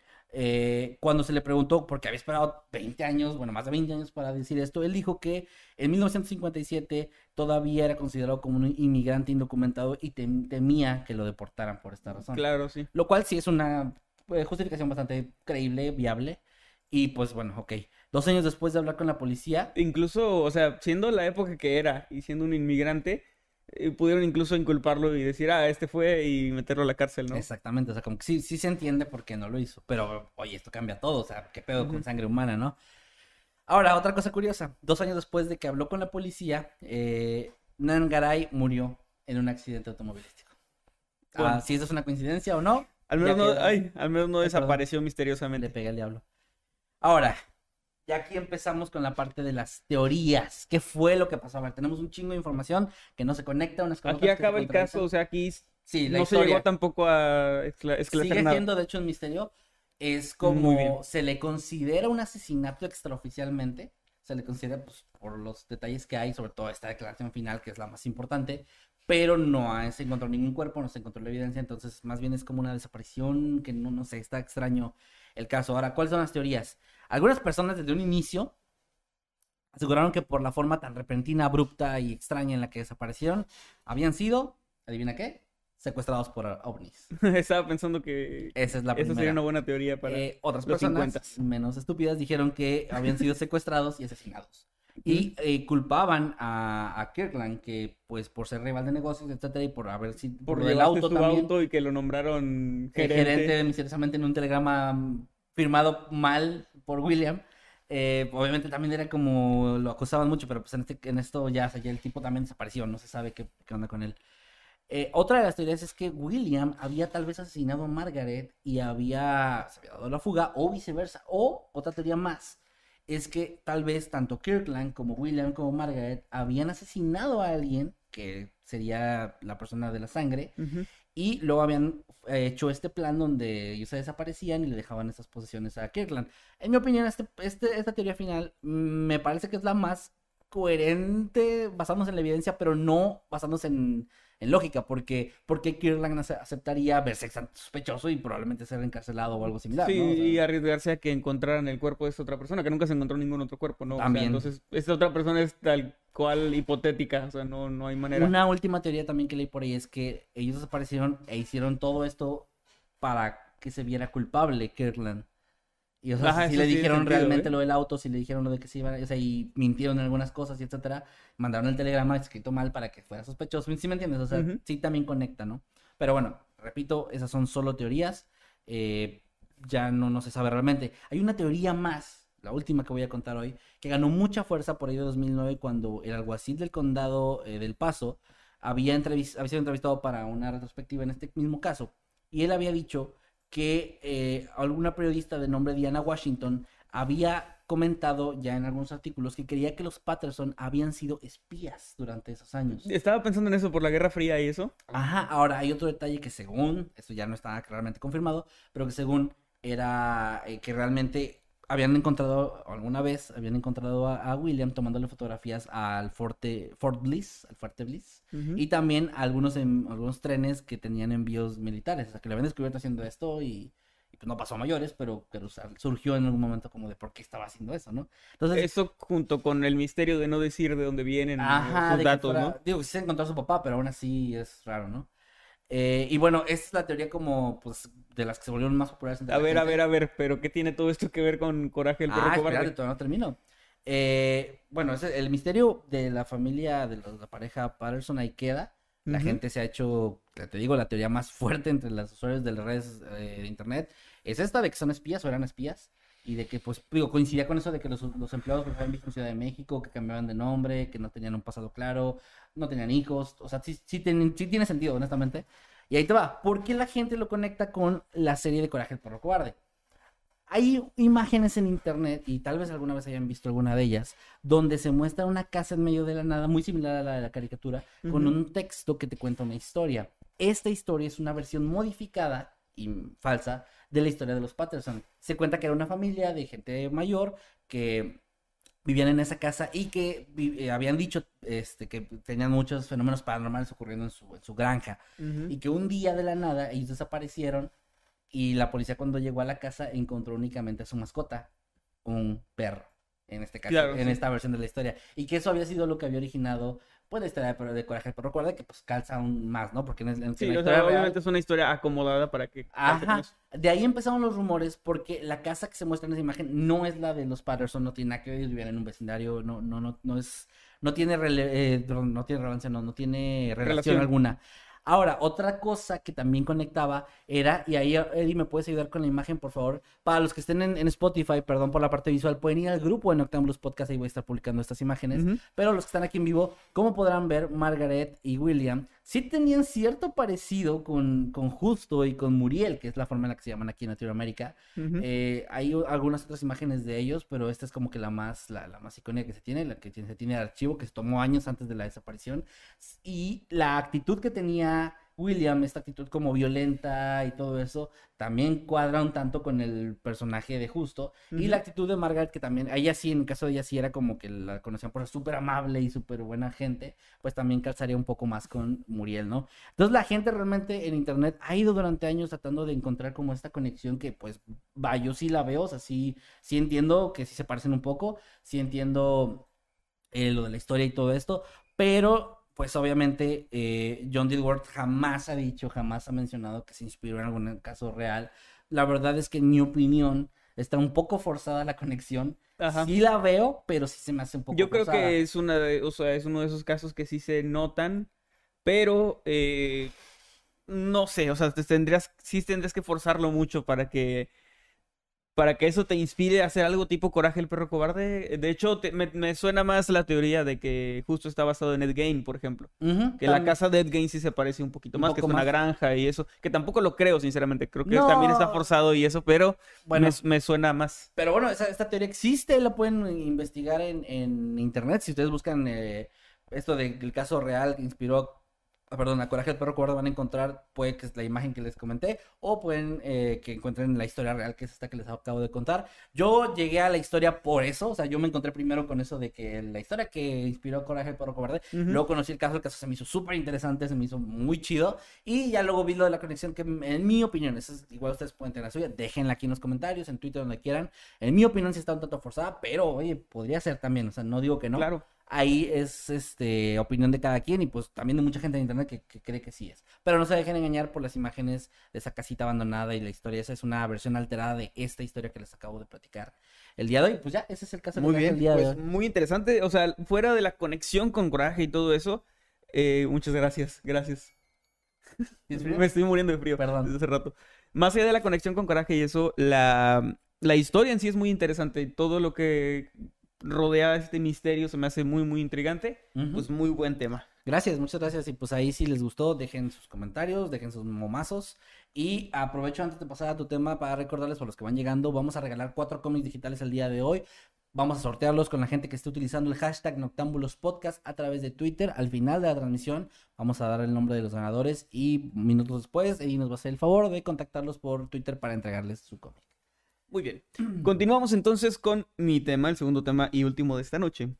Cuando se le preguntó por qué había esperado 20 años, bueno, más de 20 años para decir esto, él dijo que en 1957 todavía era considerado como un inmigrante indocumentado y temía que lo deportaran por esta razón. Claro, sí. Lo cual sí es una justificación bastante creíble, viable. Y pues bueno, ok. 2 años después de hablar con la policía... Incluso, o sea, siendo la época que era y siendo un inmigrante... pudieron incluso inculparlo y decir, este fue y meterlo a la cárcel, ¿no? Exactamente, o sea, como que sí se entiende por qué no lo hizo, pero oye, esto cambia todo, o sea, qué pedo con sangre humana, ¿no? Ahora, otra cosa curiosa, 2 años después de que habló con la policía, Nangaray murió en un accidente automovilístico. Bueno, si eso es una coincidencia o no. Al menos no desapareció misteriosamente. Le pegué al diablo. Ahora, ya aquí empezamos con la parte de las teorías. ¿Qué fue lo que pasó? A ver, tenemos un chingo de información que no se conecta unas con otras. Aquí acaba el caso, o sea, aquí sí, no se llegó tampoco a esclarecer sigue nada. siendo, de hecho, un misterio. Es como se le considera un asesinato extraoficialmente. Se le considera, pues, por los detalles que hay, sobre todo esta declaración final, que es la más importante. Pero no se encontró ningún cuerpo, no se encontró la evidencia. Entonces, más bien es como una desaparición que no sé, está extraño el caso. Ahora, ¿cuáles son las teorías? Algunas personas desde un inicio aseguraron que por la forma tan repentina, abrupta y extraña en la que desaparecieron, habían sido, ¿adivina qué? Secuestrados por ovnis. Estaba pensando que esa es la primera. Esa sería una buena teoría para otras los personas 50. menos estúpidas dijeron que habían sido secuestrados y asesinados. Y culpaban a Kirkland, que pues por ser rival de negocios, etcétera, y por haber sido por el auto también, auto y que lo nombraron gerente misteriosamente en un telegrama firmado mal por William. Obviamente también era como lo acusaban mucho, pero pues en esto ya el tipo también desapareció, no se sabe qué onda con él. Otra de las teorías es que William había tal vez asesinado a Margaret y se había dado la fuga, o viceversa. O otra teoría más es que tal vez tanto Kirkland como William como Margaret habían asesinado a alguien, que sería la persona de la sangre, y luego habían hecho este plan donde ellos se desaparecían y le dejaban esas posesiones a Kirkland. En mi opinión, esta teoría final me parece que es la más coherente, basándonos en la evidencia, pero no basándonos en lógica, porque Kirkland aceptaría verse sospechoso y probablemente ser encarcelado o algo similar, sí, ¿no? O sea, y arriesgarse a que encontraran el cuerpo de esta otra persona, que nunca se encontró ningún otro cuerpo, ¿no? También. O sea, entonces, esta otra persona es tal cual hipotética, o sea, no hay manera. Una última teoría también que leí por ahí es que ellos desaparecieron e hicieron todo esto para que se viera culpable Kirkland. Y o sea, si le dijeron realmente lo del auto, si le dijeron lo de que se iban, o sea, y mintieron en algunas cosas y etcétera, mandaron el telegrama escrito mal para que fuera sospechoso, ¿sí me entiendes? O sea, sí también conecta, ¿no? Pero bueno, repito, esas son solo teorías, ya no se sabe realmente. Hay una teoría más, la última que voy a contar hoy, que ganó mucha fuerza por ahí de 2009 cuando el alguacil del condado del Paso había sido entrevistado para una retrospectiva en este mismo caso, y él había dicho que alguna periodista de nombre Diana Washington había comentado ya en algunos artículos que creía que los Patterson habían sido espías durante esos años. Estaba pensando en eso por la Guerra Fría y eso. Ajá, ahora hay otro detalle que según, esto ya no está claramente confirmado, pero que según era que realmente alguna vez habían encontrado a William tomándole fotografías al Fuerte Bliss, y también a algunos trenes que tenían envíos militares, o sea, que le habían descubierto haciendo esto y pues no pasó a mayores, pero surgió en algún momento como de por qué estaba haciendo eso, ¿no? Entonces, eso junto con el misterio de no decir de dónde vienen sus datos, ¿no? Digo, que sí se encontró a su papá, pero aún así es raro, ¿no? Y bueno, esa es la teoría como, pues, de las que se volvieron más populares entre a ver, pero ¿qué tiene todo esto que ver con Coraje el perro cobarde? Espérate, todavía no termino. Bueno, el misterio de la familia, de la pareja Patterson ahí queda. La gente se ha hecho, te digo, la teoría más fuerte entre los usuarios de las redes de internet es esta de que son espías o eran espías. Y de que, pues, digo, coincidía con eso de que los empleados pues, habían visto en Ciudad de México, que cambiaban de nombre, que no tenían un pasado claro, no tenían hijos. O sea, sí tiene sentido, honestamente. Y ahí te va. ¿Por qué la gente lo conecta con la serie de Coraje el perro cobarde? Hay imágenes en internet, y tal vez alguna vez hayan visto alguna de ellas, donde se muestra una casa en medio de la nada, muy similar a la de la caricatura, con un texto que te cuenta una historia. Esta historia es una versión modificada y falsa de la historia de los Patterson. Se cuenta que era una familia de gente mayor que vivían en esa casa y que habían dicho que tenían muchos fenómenos paranormales ocurriendo en su granja. Y que un día de la nada ellos desaparecieron y la policía cuando llegó a la casa encontró únicamente a su mascota, un perro, en este caso, claro, en esta versión de la historia. Y que eso había sido lo que había originado pues la historia de Coraje el perro cobarde, que pues calza aún más, ¿no? Porque obviamente es una historia acomodada para que... Ajá, de ahí empezaron los rumores, porque la casa que se muestra en esa imagen no es la de los Patterson, no tiene nada que ver, vivían en un vecindario, no tiene relevancia, no tiene relación alguna. Ahora, otra cosa que también conectaba era, y ahí Eddie me puedes ayudar con la imagen, por favor. Para los que estén en Spotify, perdón por la parte visual, pueden ir al grupo en Octambulus Podcast, ahí voy a estar publicando estas imágenes. Pero los que están aquí en vivo, como podrán ver, Margaret y William sí tenían cierto parecido con Justo y con Muriel, que es la forma en la que se llaman aquí en Latinoamérica. Hay algunas otras imágenes de ellos, pero esta es como que la más icónica que se tiene, la que se tiene de archivo, que se tomó años antes de la desaparición. Y la actitud que tenía William, esta actitud como violenta y todo eso, también cuadra un tanto con el personaje de Justo. Y la actitud de Margaret, que también, ella sí, en el caso de ella sí era como que la conocían por ser súper amable y súper buena gente, pues también calzaría un poco más con Muriel, ¿no? Entonces la gente realmente en internet ha ido durante años tratando de encontrar como esta conexión que pues, yo sí la veo, o sea, sí entiendo que sí se parecen un poco, sí entiendo lo de la historia y todo esto, pero pues obviamente John Dilworth jamás ha mencionado que se inspiró en algún caso real. La verdad es que en mi opinión está un poco forzada la conexión. Ajá. Sí la veo, pero sí se me hace un poco forzada. Yo creo que es es uno de esos casos que sí se notan, pero no sé, o sea, tendrías que forzarlo mucho para que eso te inspire a hacer algo tipo Coraje el perro cobarde. De hecho, me suena más la teoría de que Justo está basado en Ed Gein, por ejemplo. Que la casa de Ed Gein sí se parece un poquito más, que es una granja y eso. Que tampoco lo creo, sinceramente. Creo que también está forzado y eso, pero bueno, me suena más. Pero bueno, esta teoría existe, la pueden investigar en internet. Si ustedes buscan esto del caso real que inspiró Perdón, a Coraje el Perro Cobarde van a encontrar, puede que es la imagen que les comenté, o pueden que encuentren la historia real, que es esta que les acabo de contar. Yo llegué a la historia por eso, o sea, yo me encontré primero con eso de que la historia que inspiró Coraje el Perro Cobarde, luego conocí el caso se me hizo súper interesante, se me hizo muy chido, y ya luego vi lo de la conexión, que en mi opinión, igual ustedes pueden tener la suya, déjenla aquí en los comentarios, en Twitter, donde quieran. En mi opinión sí está un tanto forzada, pero oye, podría ser también, o sea, no digo que no. Claro. Ahí es opinión de cada quien y pues también de mucha gente en internet que cree que sí es. Pero no se dejen engañar por las imágenes de esa casita abandonada y la historia. Esa es una versión alterada de esta historia que les acabo de platicar el día de hoy. Pues ya, ese es el caso muy bien, del día pues, de hoy. Muy interesante. O sea, fuera de la conexión con Coraje y todo eso, muchas gracias. Me estoy muriendo de frío. Perdón. Desde hace rato. Más allá de la conexión con Coraje y eso, la historia en sí es muy interesante. Todo lo que rodea este misterio se me hace muy, muy intrigante. Pues muy buen tema. Gracias, muchas gracias. Y pues ahí si les gustó, dejen sus comentarios, dejen sus momazos. Y aprovecho antes de pasar a tu tema para recordarles por los que van llegando, vamos a regalar 4 cómics digitales el día de hoy. Vamos a sortearlos con la gente que esté utilizando el hashtag Noctámbulos Podcast a través de Twitter. Al final de la transmisión vamos a dar el nombre de los ganadores y minutos después nos va a hacer el favor de contactarlos por Twitter para entregarles su cómic. Muy bien. Continuamos entonces con mi tema, el segundo tema y último de esta noche.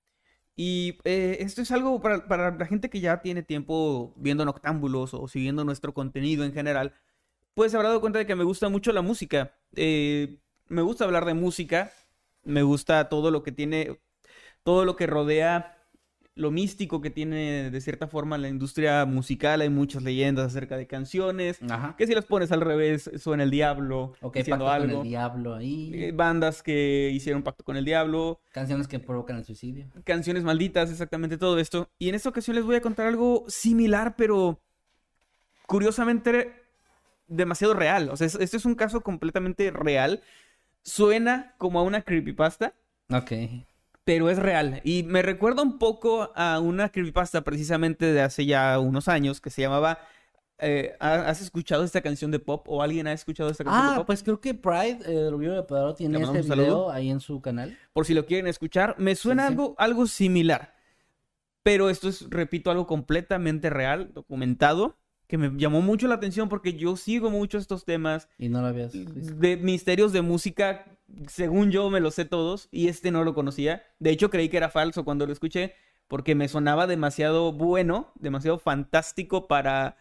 Y esto es algo para la gente que ya tiene tiempo viendo Noctámbulos o siguiendo nuestro contenido en general, pues se habrá dado cuenta de que me gusta mucho la música. Me gusta hablar de música, me gusta todo lo que tiene, todo lo que rodea, lo místico que tiene de cierta forma la industria musical. Hay muchas leyendas acerca de canciones, que si las pones al revés suena el diablo, diciendo algo. Con el diablo ahí. Bandas que hicieron pacto con el diablo. Canciones que provocan el suicidio. Canciones malditas, exactamente todo esto. Y en esta ocasión les voy a contar algo similar, pero curiosamente demasiado real. O sea, este es un caso completamente real. Suena como a una creepypasta. Ok. Pero es real. Y me recuerda un poco a una creepypasta precisamente de hace ya unos años que se llamaba... ¿has escuchado esta canción de pop? ¿O alguien ha escuchado esta canción de pop? Pues creo que Pride, el video de Pedro, tiene este video ahí en su canal. Por si lo quieren escuchar. Me suena algo similar. Pero esto es, repito, algo completamente real, documentado, que me llamó mucho la atención porque yo sigo mucho estos temas. Y no lo habías visto. De misterios de música, según yo me los sé todos, y este no lo conocía. De hecho, creí que era falso cuando lo escuché, porque me sonaba demasiado bueno, demasiado fantástico para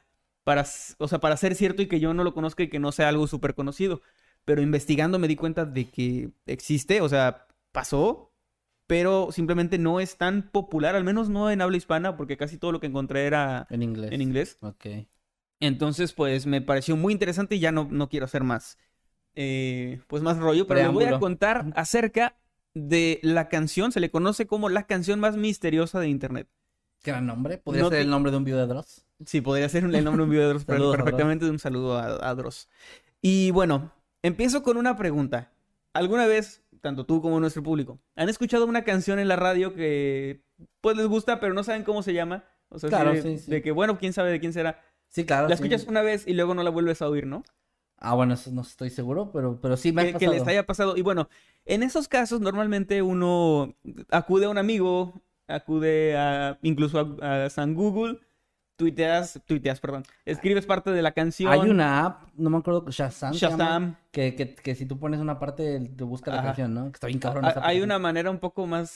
ser cierto y que yo no lo conozca y que no sea algo súper conocido. Pero investigando me di cuenta de que existe, o sea, pasó, pero simplemente no es tan popular, al menos no en habla hispana, porque casi todo lo que encontré era en inglés. Ok. Entonces, pues, me pareció muy interesante y ya no quiero hacer más, pues, más rollo, pero les voy a contar acerca de la canción. Se le conoce como la canción más misteriosa de internet. Gran nombre. ¿Podría ser el nombre de un video de Dross? Sí, podría ser el nombre de un video de Dross, pero perfectamente de un saludo a Dross. Y bueno, empiezo con una pregunta. ¿Alguna vez, tanto tú como nuestro público, han escuchado una canción en la radio que pues les gusta, pero no saben cómo se llama? O sea, claro, sí. De que, bueno, quién sabe de quién será. Sí, claro. La escuchas una vez y luego no la vuelves a oír, ¿no? Bueno, eso no estoy seguro, pero sí me ha pasado. Que les haya pasado. Y bueno, en esos casos normalmente uno acude a un amigo, acude incluso a San Google, escribes parte de la canción. Hay una app, no me acuerdo, Shazam. Que si tú pones una parte, te busca la canción, ¿no? Que está bien cabrón. Hay una manera un poco más,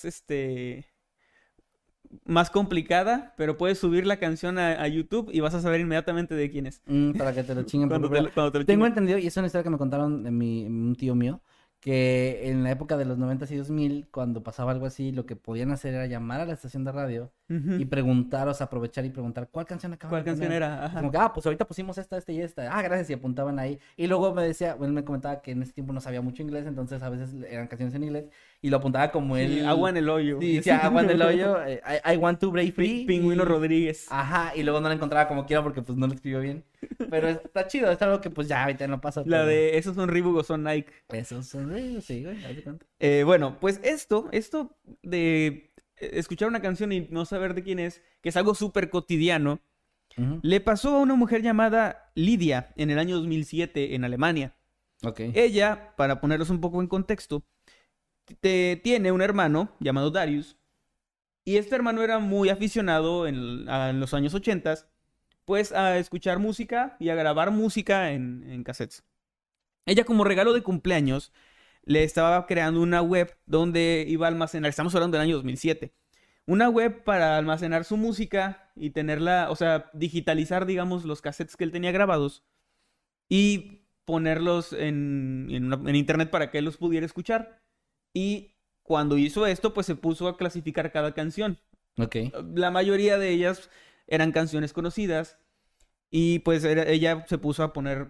más complicada, pero puedes subir la canción a YouTube y vas a saber inmediatamente de quién es. Para que te lo chinguen. Cuando te lo chinguen. Tengo entendido, y es una historia que me contaron de un tío mío, que en la época de los 90s y 2000, cuando pasaba algo así, lo que podían hacer era llamar a la estación de radio y preguntar, o sea, aprovechar y preguntar ¿cuál canción acaban de poner? ¿Cuál canción era? Ajá. Como que, pues ahorita pusimos esta y esta. Gracias, y apuntaban ahí. Y luego me comentaba que en ese tiempo no sabía mucho inglés, entonces a veces eran canciones en inglés, y lo apuntaba como agua en el hoyo. Sí, agua en el hoyo. I want to break free. Pingüino Rodríguez. Ajá, y luego no la encontraba como quiera porque pues no lo escribió bien. Pero está chido, es algo que pues ya ahorita no pasa. La de esos son Reebok o son Nike. Esos son Reebok, sí, güey, haz de cuenta. Bueno, pues esto de escuchar una canción y no saber de quién es, que es algo súper cotidiano, le pasó a una mujer llamada Lidia en el año 2007 en Alemania. Okay. Ella, para ponerlos un poco en contexto, tiene un hermano llamado Darius, y este hermano era muy aficionado en los años 80 pues a escuchar música y a grabar música en cassettes. Ella, como regalo de cumpleaños, le estaba creando una web donde iba a almacenar, estamos hablando del año 2007, una web para almacenar su música y tenerla, o sea, digitalizar, digamos, los cassettes que él tenía grabados y ponerlos en internet para que él los pudiera escuchar. Y cuando hizo esto, pues se puso a clasificar cada canción. Ok. La mayoría de ellas eran canciones conocidas y pues ella se puso a poner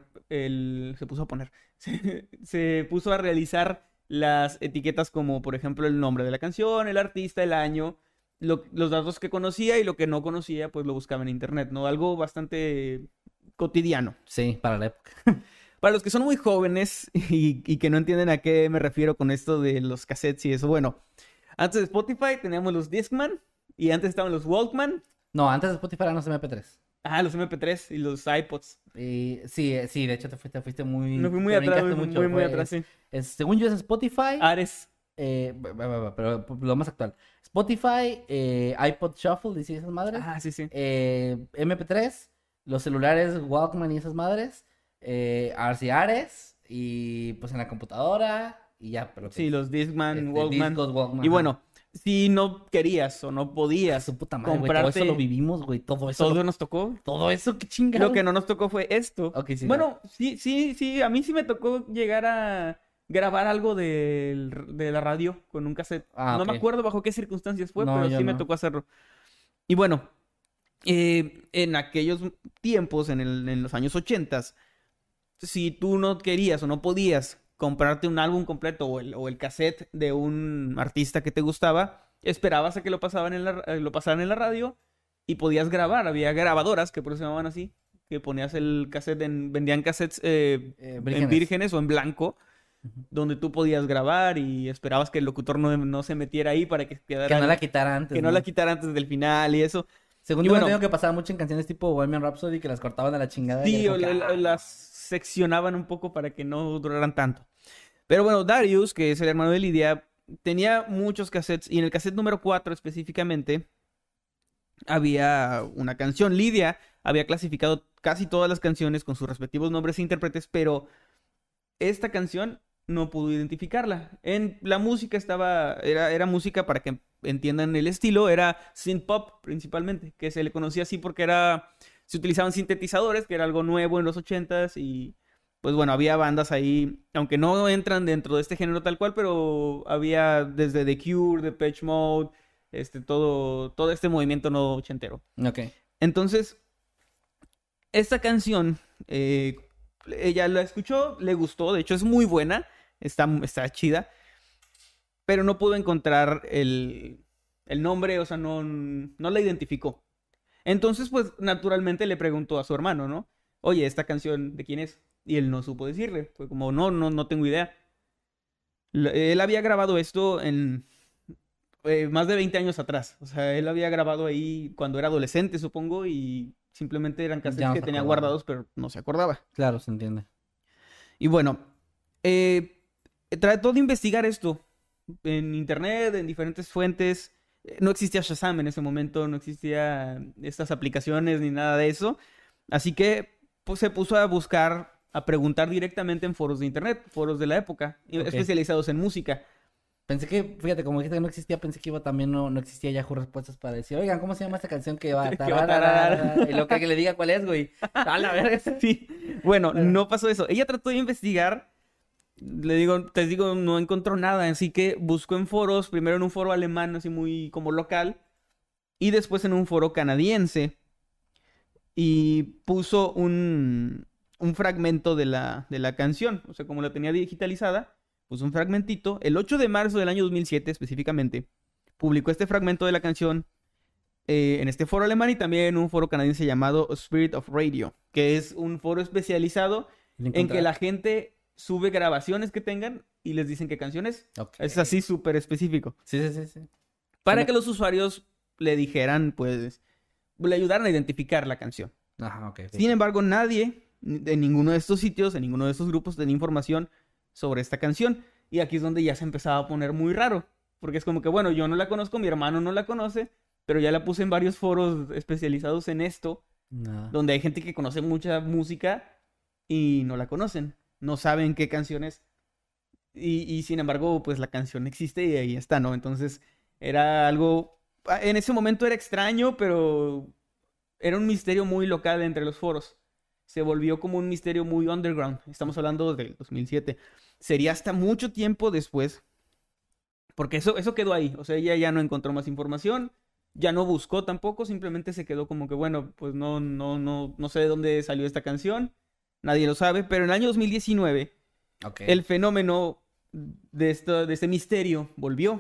se puso a realizar las etiquetas como, por ejemplo, el nombre de la canción, el artista, el año, los datos que conocía y lo que no conocía, pues lo buscaba en internet, ¿no? Algo bastante cotidiano. Sí, para la época. Para los que son muy jóvenes y que no entienden a qué me refiero con esto de los cassettes y eso, bueno, antes de Spotify teníamos los Discman y antes estaban los Walkman. No, antes de Spotify eran los MP3. Ah, los MP3 y los iPods. Sí, de hecho te fuiste muy... Me fui muy atrás, muy atrás, sí. Según yo es Spotify. Ares. Pero lo más actual. Spotify, iPod Shuffle, ¿dice esas madres? Ah, sí, sí. MP3, los celulares Walkman y esas madres. Ares y pues en la computadora y ya. Pero sí, los Discman, Walkman. Discos, Walkman. Y bueno, si no querías o no podías su puta madre, comprarte... güey, todo eso lo vivimos, güey, todo eso. ¿Todo nos tocó? Todo eso, qué chingado. Lo que no nos tocó fue esto. Okay, sí, bueno, sí, a mí sí me tocó llegar a grabar algo de la radio con un cassette. No me acuerdo bajo qué circunstancias fue, pero sí me tocó hacerlo. Y bueno, en aquellos tiempos, en los años 80, si tú no querías o no podías comprarte un álbum completo o el cassette de un artista que te gustaba, esperabas a que lo pasaran en la radio y podías grabar. Había grabadoras, que por eso se llamaban así, que ponías el cassette, vendían cassettes en vírgenes o en blanco, donde tú podías grabar y esperabas que el locutor no se metiera ahí para que quedara... Que no la quitara antes. Que no la quitara antes del final y eso. Según yo, tengo que pasaba mucho en canciones tipo Bohemian Rhapsody, que las cortaban a la chingada. Sí, o las seccionaban un poco para que no duraran tanto. Pero bueno, Darius, que es el hermano de Lidia, tenía muchos cassettes y en el cassette número 4 específicamente había una canción. Lidia había clasificado casi todas las canciones con sus respectivos nombres e intérpretes, pero esta canción no pudo identificarla. En la música era música, para que entiendan el estilo, era synth pop principalmente, que se le conocía así porque se utilizaban sintetizadores, que era algo nuevo en los 80s y pues bueno, había bandas ahí, aunque no entran dentro de este género tal cual, pero había desde The Cure, Depeche Mode, todo este movimiento no ochentero. Ok. Entonces, esta canción, ella la escuchó, le gustó, de hecho es muy buena, está chida, pero no pudo encontrar el nombre, o sea, no la identificó. Entonces, pues, naturalmente le preguntó a su hermano, ¿no? Oye, ¿esta canción de quién es? Y él no supo decirle. Fue como, no tengo idea. Él había grabado esto en más de 20 años atrás. O sea, él había grabado ahí cuando era adolescente, supongo, y simplemente eran cassettes que tenía guardados, pero no se acordaba. Claro, se entiende. Y bueno, trató de investigar esto en internet, en diferentes fuentes. No existía Shazam en ese momento, no existía estas aplicaciones ni nada de eso. Así que pues, se puso a buscar, a preguntar directamente en foros de internet, foros de la época, especializados en música. Pensé que, fíjate, como dijiste que no existía, pensé que también no existía Yahoo Respuestas para decir, oigan, ¿cómo se llama esta canción que va a y lo que le diga cuál es, güey? A la verga. Sí. Bueno, no pasó eso. Ella trató de investigar, te digo, no encontró nada, así que buscó en foros, primero en un foro alemán, así muy como local, y después en un foro canadiense, y puso un fragmento de la canción, o sea, como la tenía digitalizada, puso un fragmentito. El 8 de marzo del año 2007, específicamente, publicó este fragmento de la canción en este foro alemán y también en un foro canadiense llamado Spirit of Radio, que es un foro especializado en que la gente sube grabaciones que tengan y les dicen qué canciones. Okay. Es así súper específico. Sí. Para que los usuarios le dijeran, pues, le ayudaran a identificar la canción. Ajá, ok. Sin embargo, nadie en ninguno de estos sitios, en ninguno de estos grupos tenía información sobre esta canción. Y aquí es donde ya se empezaba a poner muy raro. Porque es como que, bueno, yo no la conozco, mi hermano no la conoce, pero ya la puse en varios foros especializados en esto No. Donde hay gente que conoce mucha música y no la conocen. No saben qué canción es. Y sin embargo, pues la canción existe y ahí está, ¿no? Entonces era algo... En ese momento era extraño, pero era un misterio muy local entre los foros. Se volvió como un misterio muy underground. Estamos hablando del 2007. Sería hasta mucho tiempo después. Porque eso quedó ahí. O sea, ella ya no encontró más información. Ya no buscó tampoco. Simplemente se quedó como que, bueno, pues no sé de dónde salió esta canción. Nadie lo sabe. Pero en el año 2019, el fenómeno de este misterio volvió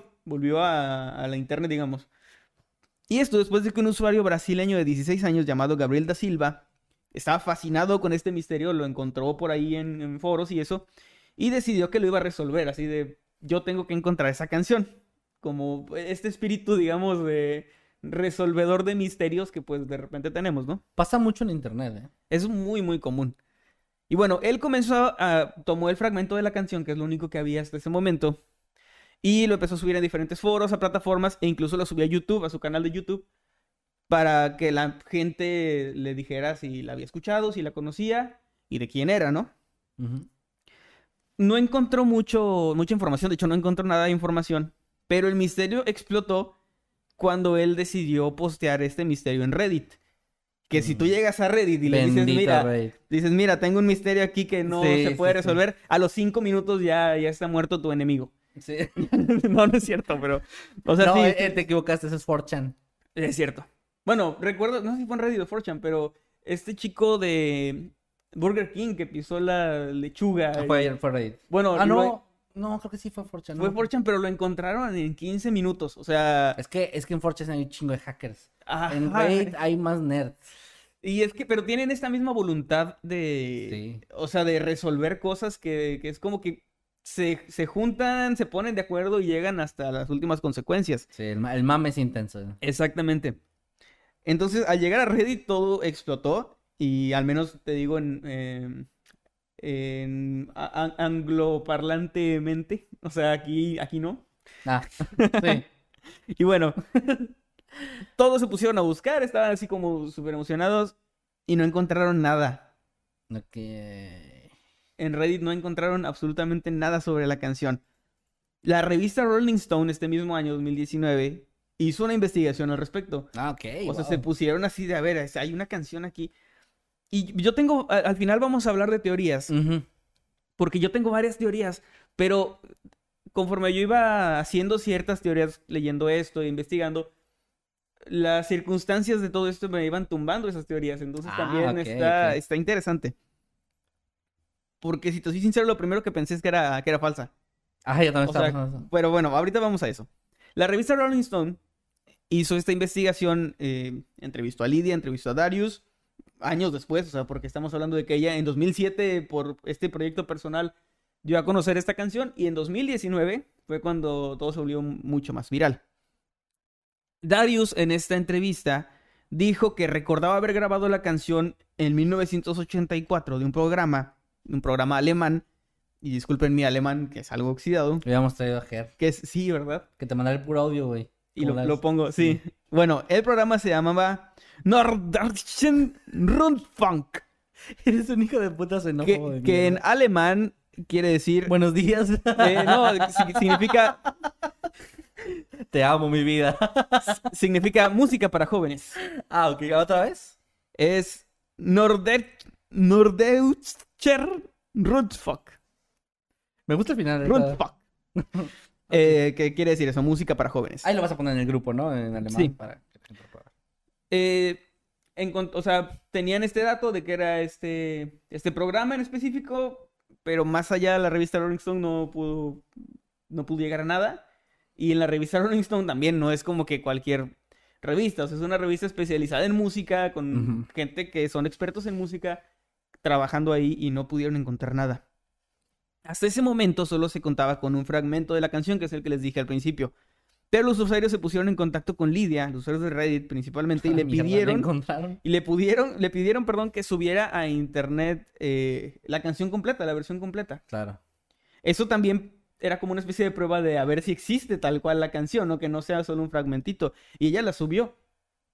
a la internet, digamos. Y esto después de que un usuario brasileño de 16 años llamado Gabriel da Silva estaba fascinado con este misterio, lo encontró por ahí en foros y eso, y decidió que lo iba a resolver, así de, yo tengo que encontrar esa canción, como este espíritu, digamos, de resolvedor de misterios que pues de repente tenemos, ¿no? Pasa mucho en internet, ¿eh? Es muy, muy común. Y bueno, él tomó el fragmento de la canción, que es lo único que había hasta ese momento, y lo empezó a subir en diferentes foros, a plataformas, e incluso lo subió a YouTube, a su canal de YouTube, para que la gente le dijera si la había escuchado, si la conocía y de quién era, ¿no? Uh-huh. No encontró mucha información, de hecho no encontró nada de información, pero el misterio explotó cuando él decidió postear este misterio en Reddit. Que si tú llegas a Reddit y le dices, mira, tengo un misterio aquí que no se puede resolver, a los 5 minutos ya está muerto tu enemigo. Sí. No es cierto, pero... O sea, no, sí, te equivocaste, eso es 4chan. Es cierto. Bueno, recuerdo, no sé si fue en Reddit o 4chan, pero este chico de Burger King que pisó la lechuga. Fue Reddit. Bueno, no, creo que sí fue 4chan. Fue 4chan, pero lo encontraron en 15 minutos, o sea... Es que en 4chan hay un chingo de hackers. Ajá. En Reddit hay más nerds. Y es que, pero tienen esta misma voluntad de... Sí. O sea, de resolver cosas que es como que se juntan, se ponen de acuerdo y llegan hasta las últimas consecuencias. Sí, el mame es intenso. Exactamente. Entonces, al llegar a Reddit, todo explotó. Y al menos, te digo, angloparlantemente. O sea, aquí no. Ah, sí. Y bueno, todos se pusieron a buscar. Estaban así como súper emocionados. Y no encontraron nada. En Reddit no encontraron absolutamente nada sobre la canción. La revista Rolling Stone, este mismo año, 2019... hizo una investigación al respecto. Ah, ok. O sea, se pusieron así de, a ver, hay una canción aquí. Y yo tengo, al final vamos a hablar de teorías. Uh-huh. Porque yo tengo varias teorías, pero conforme yo iba haciendo ciertas teorías, leyendo esto e investigando, las circunstancias de todo esto me iban tumbando esas teorías. Entonces también está interesante. Porque si te soy sincero, lo primero que pensé es que era falsa. Ah, yo también estaba pensando eso. Pero bueno, ahorita vamos a eso. La revista Rolling Stone hizo esta investigación, entrevistó a Lidia, entrevistó a Darius, años después, o sea, porque estamos hablando de que ella en 2007, por este proyecto personal, dio a conocer esta canción, y en 2019 fue cuando todo se volvió mucho más viral. Darius, en esta entrevista, dijo que recordaba haber grabado la canción en 1984 de un programa alemán, y disculpen mi alemán, que es algo oxidado. Le habíamos traído a Ger. Que sí, ¿verdad? Que te mandara el puro audio, güey. Y lo pongo, sí. Bueno, el programa se llamaba Norddeutschen Rundfunk. Eres un hijo de puta xenófobo. Que en alemán quiere decir... Buenos días. No, significa... Te amo, mi vida. Significa música para jóvenes. Ah, ok. ¿Otra vez? Es Norddeutscher Rundfunk. Me gusta el final. Rundfunk. Okay. ¿Qué quiere decir eso? Música para jóvenes. Ahí lo vas a poner en el grupo, ¿no? En alemán. Sí. Para... o sea, tenían este dato de que era este programa en específico, pero más allá la revista Rolling Stone no pudo llegar a nada. Y en la revista Rolling Stone también no es como que cualquier revista. O sea, es una revista especializada en música, con gente que son expertos en música trabajando ahí, y no pudieron encontrar nada. Hasta ese momento solo se contaba con un fragmento de la canción, que es el que les dije al principio. Pero los usuarios se pusieron en contacto con Lidia, los usuarios de Reddit principalmente, y le pidieron que subiera a internet la canción completa, la versión completa. Claro. Eso también era como una especie de prueba de a ver si existe tal cual la canción, ¿no? Que no sea solo un fragmentito. Y ella la subió.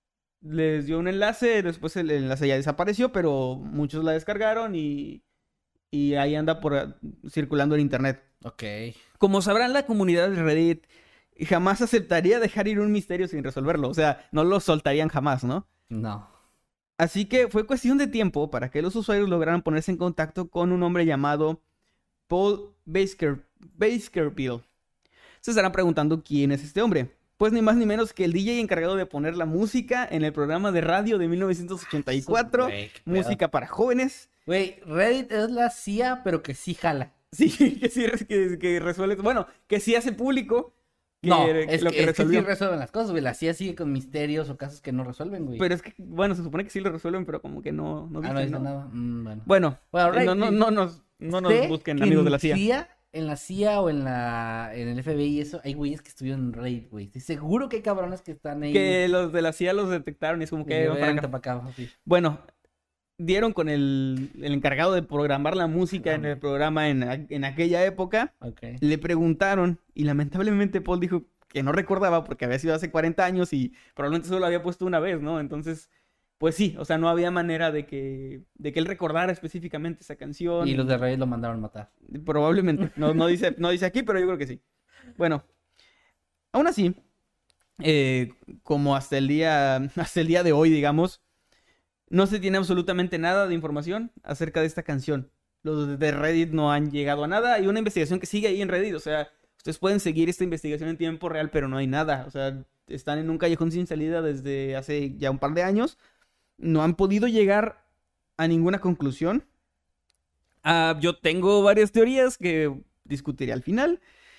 les dio un enlace, después el enlace ya desapareció, pero muchos la descargaron y ahí anda circulando en internet. Ok. Como sabrán, la comunidad de Reddit jamás aceptaría dejar ir un misterio sin resolverlo. O sea, no lo soltarían jamás, ¿no? No. Así que fue cuestión de tiempo para que los usuarios lograran ponerse en contacto con un hombre llamado Paul Baskerville. Se estarán preguntando quién es este hombre. Pues ni más ni menos que el DJ encargado de poner la música en el programa de radio de 1984. Música para jóvenes. Güey, Reddit es la CIA, pero que sí jala. Sí, que sí que resuelve. Bueno, que sí hace público. Es que sí resuelven las cosas, güey. La CIA sigue con misterios o casos que no resuelven, güey. Pero es que, bueno, se supone que sí lo resuelven, pero como que no dicen, no dice nada. Bueno, Reddit, no nos busquen amigos de la CIA. En la CIA o en el FBI y eso, hay güeyes que estuvieron en Reddit, güey. Estoy seguro que hay cabrones que están ahí. Que los de la CIA los detectaron y es como que... para acá. Sí. Bueno, dieron con el encargado de programar la música en el programa en aquella época. Okay. Le preguntaron y lamentablemente Paul dijo que no recordaba porque había sido hace 40 años y probablemente solo lo había puesto una vez, ¿no? Entonces... Pues sí, o sea, no había manera de que él recordara específicamente esa canción. Y los de Reddit lo mandaron matar. Probablemente. No dice aquí, pero yo creo que sí. Bueno, aún así, como hasta el día de hoy, digamos, no se tiene absolutamente nada de información acerca de esta canción. Los de Reddit no han llegado a nada. Hay una investigación que sigue ahí en Reddit. O sea, ustedes pueden seguir esta investigación en tiempo real, pero no hay nada. O sea, están en un callejón sin salida desde hace ya un par de años. No han podido llegar a ninguna conclusión. Yo tengo varias teorías que discutiré al final.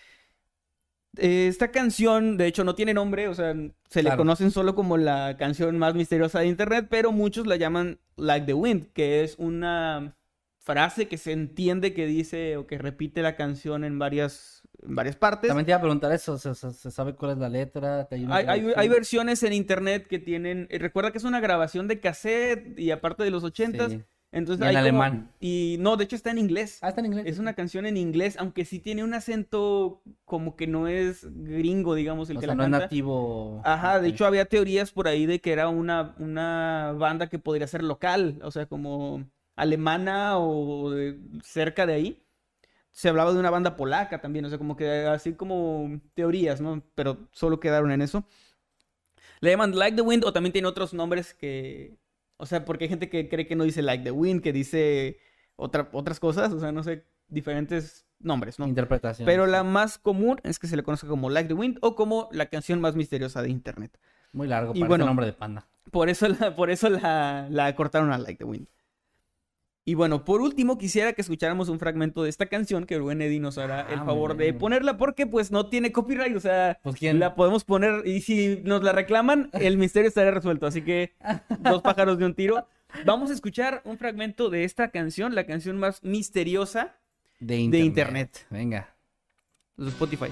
Esta canción, de hecho, no tiene nombre. O sea, le conocen solo como la canción más misteriosa de internet, pero muchos la llaman Like the Wind, que es una frase que se entiende que dice o que repite la canción en varias partes. También te iba a preguntar eso, ¿se sabe cuál es la letra? Hay versiones en internet que tienen... Recuerda que es una grabación de cassette y aparte de los 80s. Sí. Entonces y en alemán. Y no, de hecho está en inglés. Está en inglés. Es una canción en inglés, aunque sí tiene un acento como que no es gringo, digamos, el que la canta. No es nativo. Ajá, de hecho había teorías por ahí de que era una banda que podría ser local, o sea, como alemana o cerca de ahí. Se hablaba de una banda polaca también, o sea, como que así como teorías, ¿no? Pero solo quedaron en eso. Le llaman Like the Wind o también tiene otros nombres que... O sea, porque hay gente que cree que no dice Like the Wind, que dice otras cosas, o sea, no sé, diferentes nombres, ¿no? Interpretaciones. Pero la más común es que se le conozca como Like the Wind o como la canción más misteriosa de internet. Muy largo, parece el nombre de panda. Por eso la cortaron a Like the Wind. Y bueno, por último quisiera que escucháramos un fragmento de esta canción que el buen Eddie nos hará el favor de ponerla porque pues no tiene copyright, o sea, pues, ¿quién? La podemos poner y si nos la reclaman el misterio estará resuelto, así que 2 pájaros de un tiro. Vamos a escuchar un fragmento de esta canción, la canción más misteriosa de internet. Venga. De Spotify.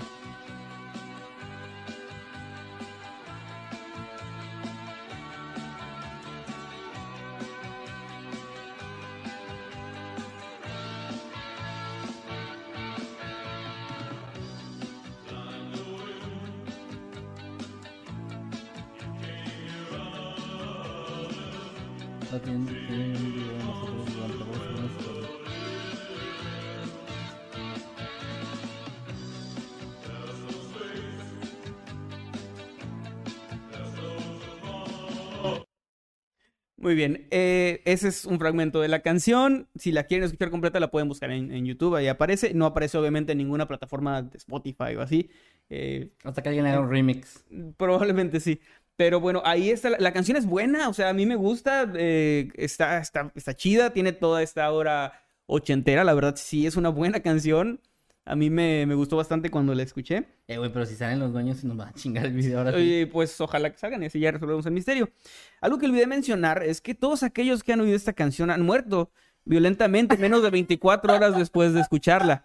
Muy bien, ese es un fragmento de la canción. Si la quieren escuchar completa la pueden buscar en YouTube, ahí aparece. No aparece obviamente en ninguna plataforma de Spotify o así. Hasta que alguien haga un remix. Probablemente sí. Pero bueno, ahí está. La canción es buena, o sea, a mí me gusta. Está chida, tiene toda esta aura ochentera. La verdad sí es una buena canción. A mí me gustó bastante cuando la escuché. Güey, pero si salen los dueños y nos van a chingar el video ahora sí. Pues ojalá que salgan y así ya resolvemos el misterio. Algo que olvidé mencionar es que todos aquellos que han oído esta canción han muerto violentamente menos de 24 horas después de escucharla.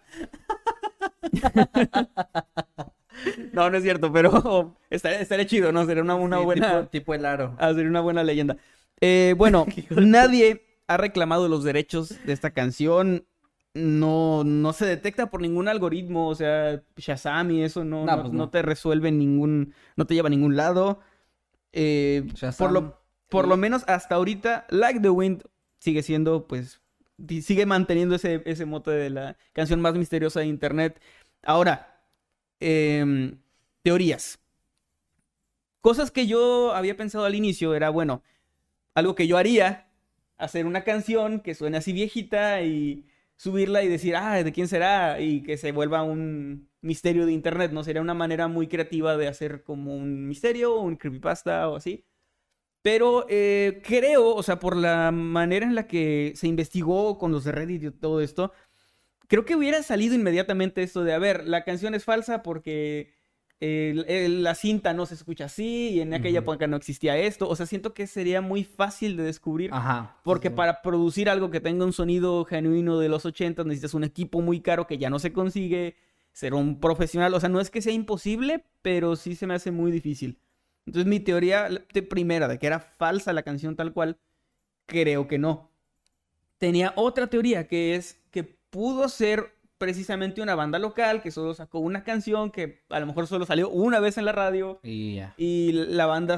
No es cierto, pero estaría chido, ¿no? Sería una buena... Tipo el aro. Sería una buena leyenda. Bueno, nadie ha reclamado los derechos de esta canción. No se detecta por ningún algoritmo, o sea, Shazam y eso no te resuelve no te lleva a ningún lado. por lo menos hasta ahorita, Like the Wind sigue siendo, pues, sigue manteniendo ese mote de la canción más misteriosa de internet. Ahora, teorías. Cosas que yo había pensado al inicio era, bueno, algo que yo haría, hacer una canción que suene así viejita y subirla y decir, ¿de quién será? Y que se vuelva un misterio de internet, ¿no? Sería una manera muy creativa de hacer como un misterio o un creepypasta o así. Pero creo, o sea, por la manera en la que se investigó con los de Reddit y todo esto, creo que hubiera salido inmediatamente esto de, a ver, la canción es falsa porque la cinta no se escucha así y en aquella época no existía esto. O sea, siento que sería muy fácil de descubrir. Porque para producir algo que tenga un sonido genuino de los 80 necesitas un equipo muy caro que ya no se consigue, ser un profesional. O sea, no es que sea imposible, pero sí se me hace muy difícil. Entonces mi teoría primera de que era falsa la canción tal cual, creo que no. Tenía otra teoría que es que pudo ser precisamente una banda local que solo sacó una canción que a lo mejor solo salió una vez en la radio y la banda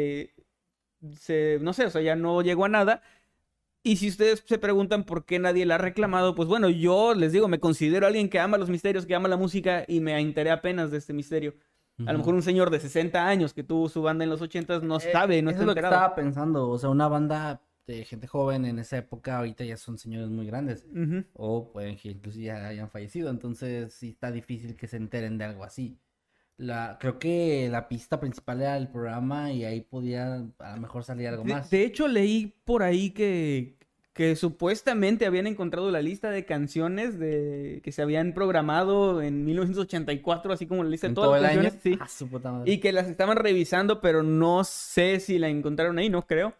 no sé, o sea, ya no llegó a nada. Y si ustedes se preguntan por qué nadie la ha reclamado, pues bueno, yo les digo, me considero alguien que ama los misterios, que ama la música y me enteré apenas de este misterio. A lo mejor un señor de 60 años que tuvo su banda en los 80s no sabe, no está enterado. Eso es lo que estaba pensando, o sea, una banda de gente joven en esa época, ahorita ya son señores muy grandes, o pueden que incluso ya hayan fallecido, entonces sí está difícil que se enteren de algo así. Creo que la pista principal era el programa y ahí podía a lo mejor salir algo más. De hecho, leí por ahí que supuestamente habían encontrado la lista de canciones que se habían programado en 1984, así como la lista de todas las canciones. Sí. Su puta madre. Y que las estaban revisando, pero no sé si la encontraron ahí, no creo.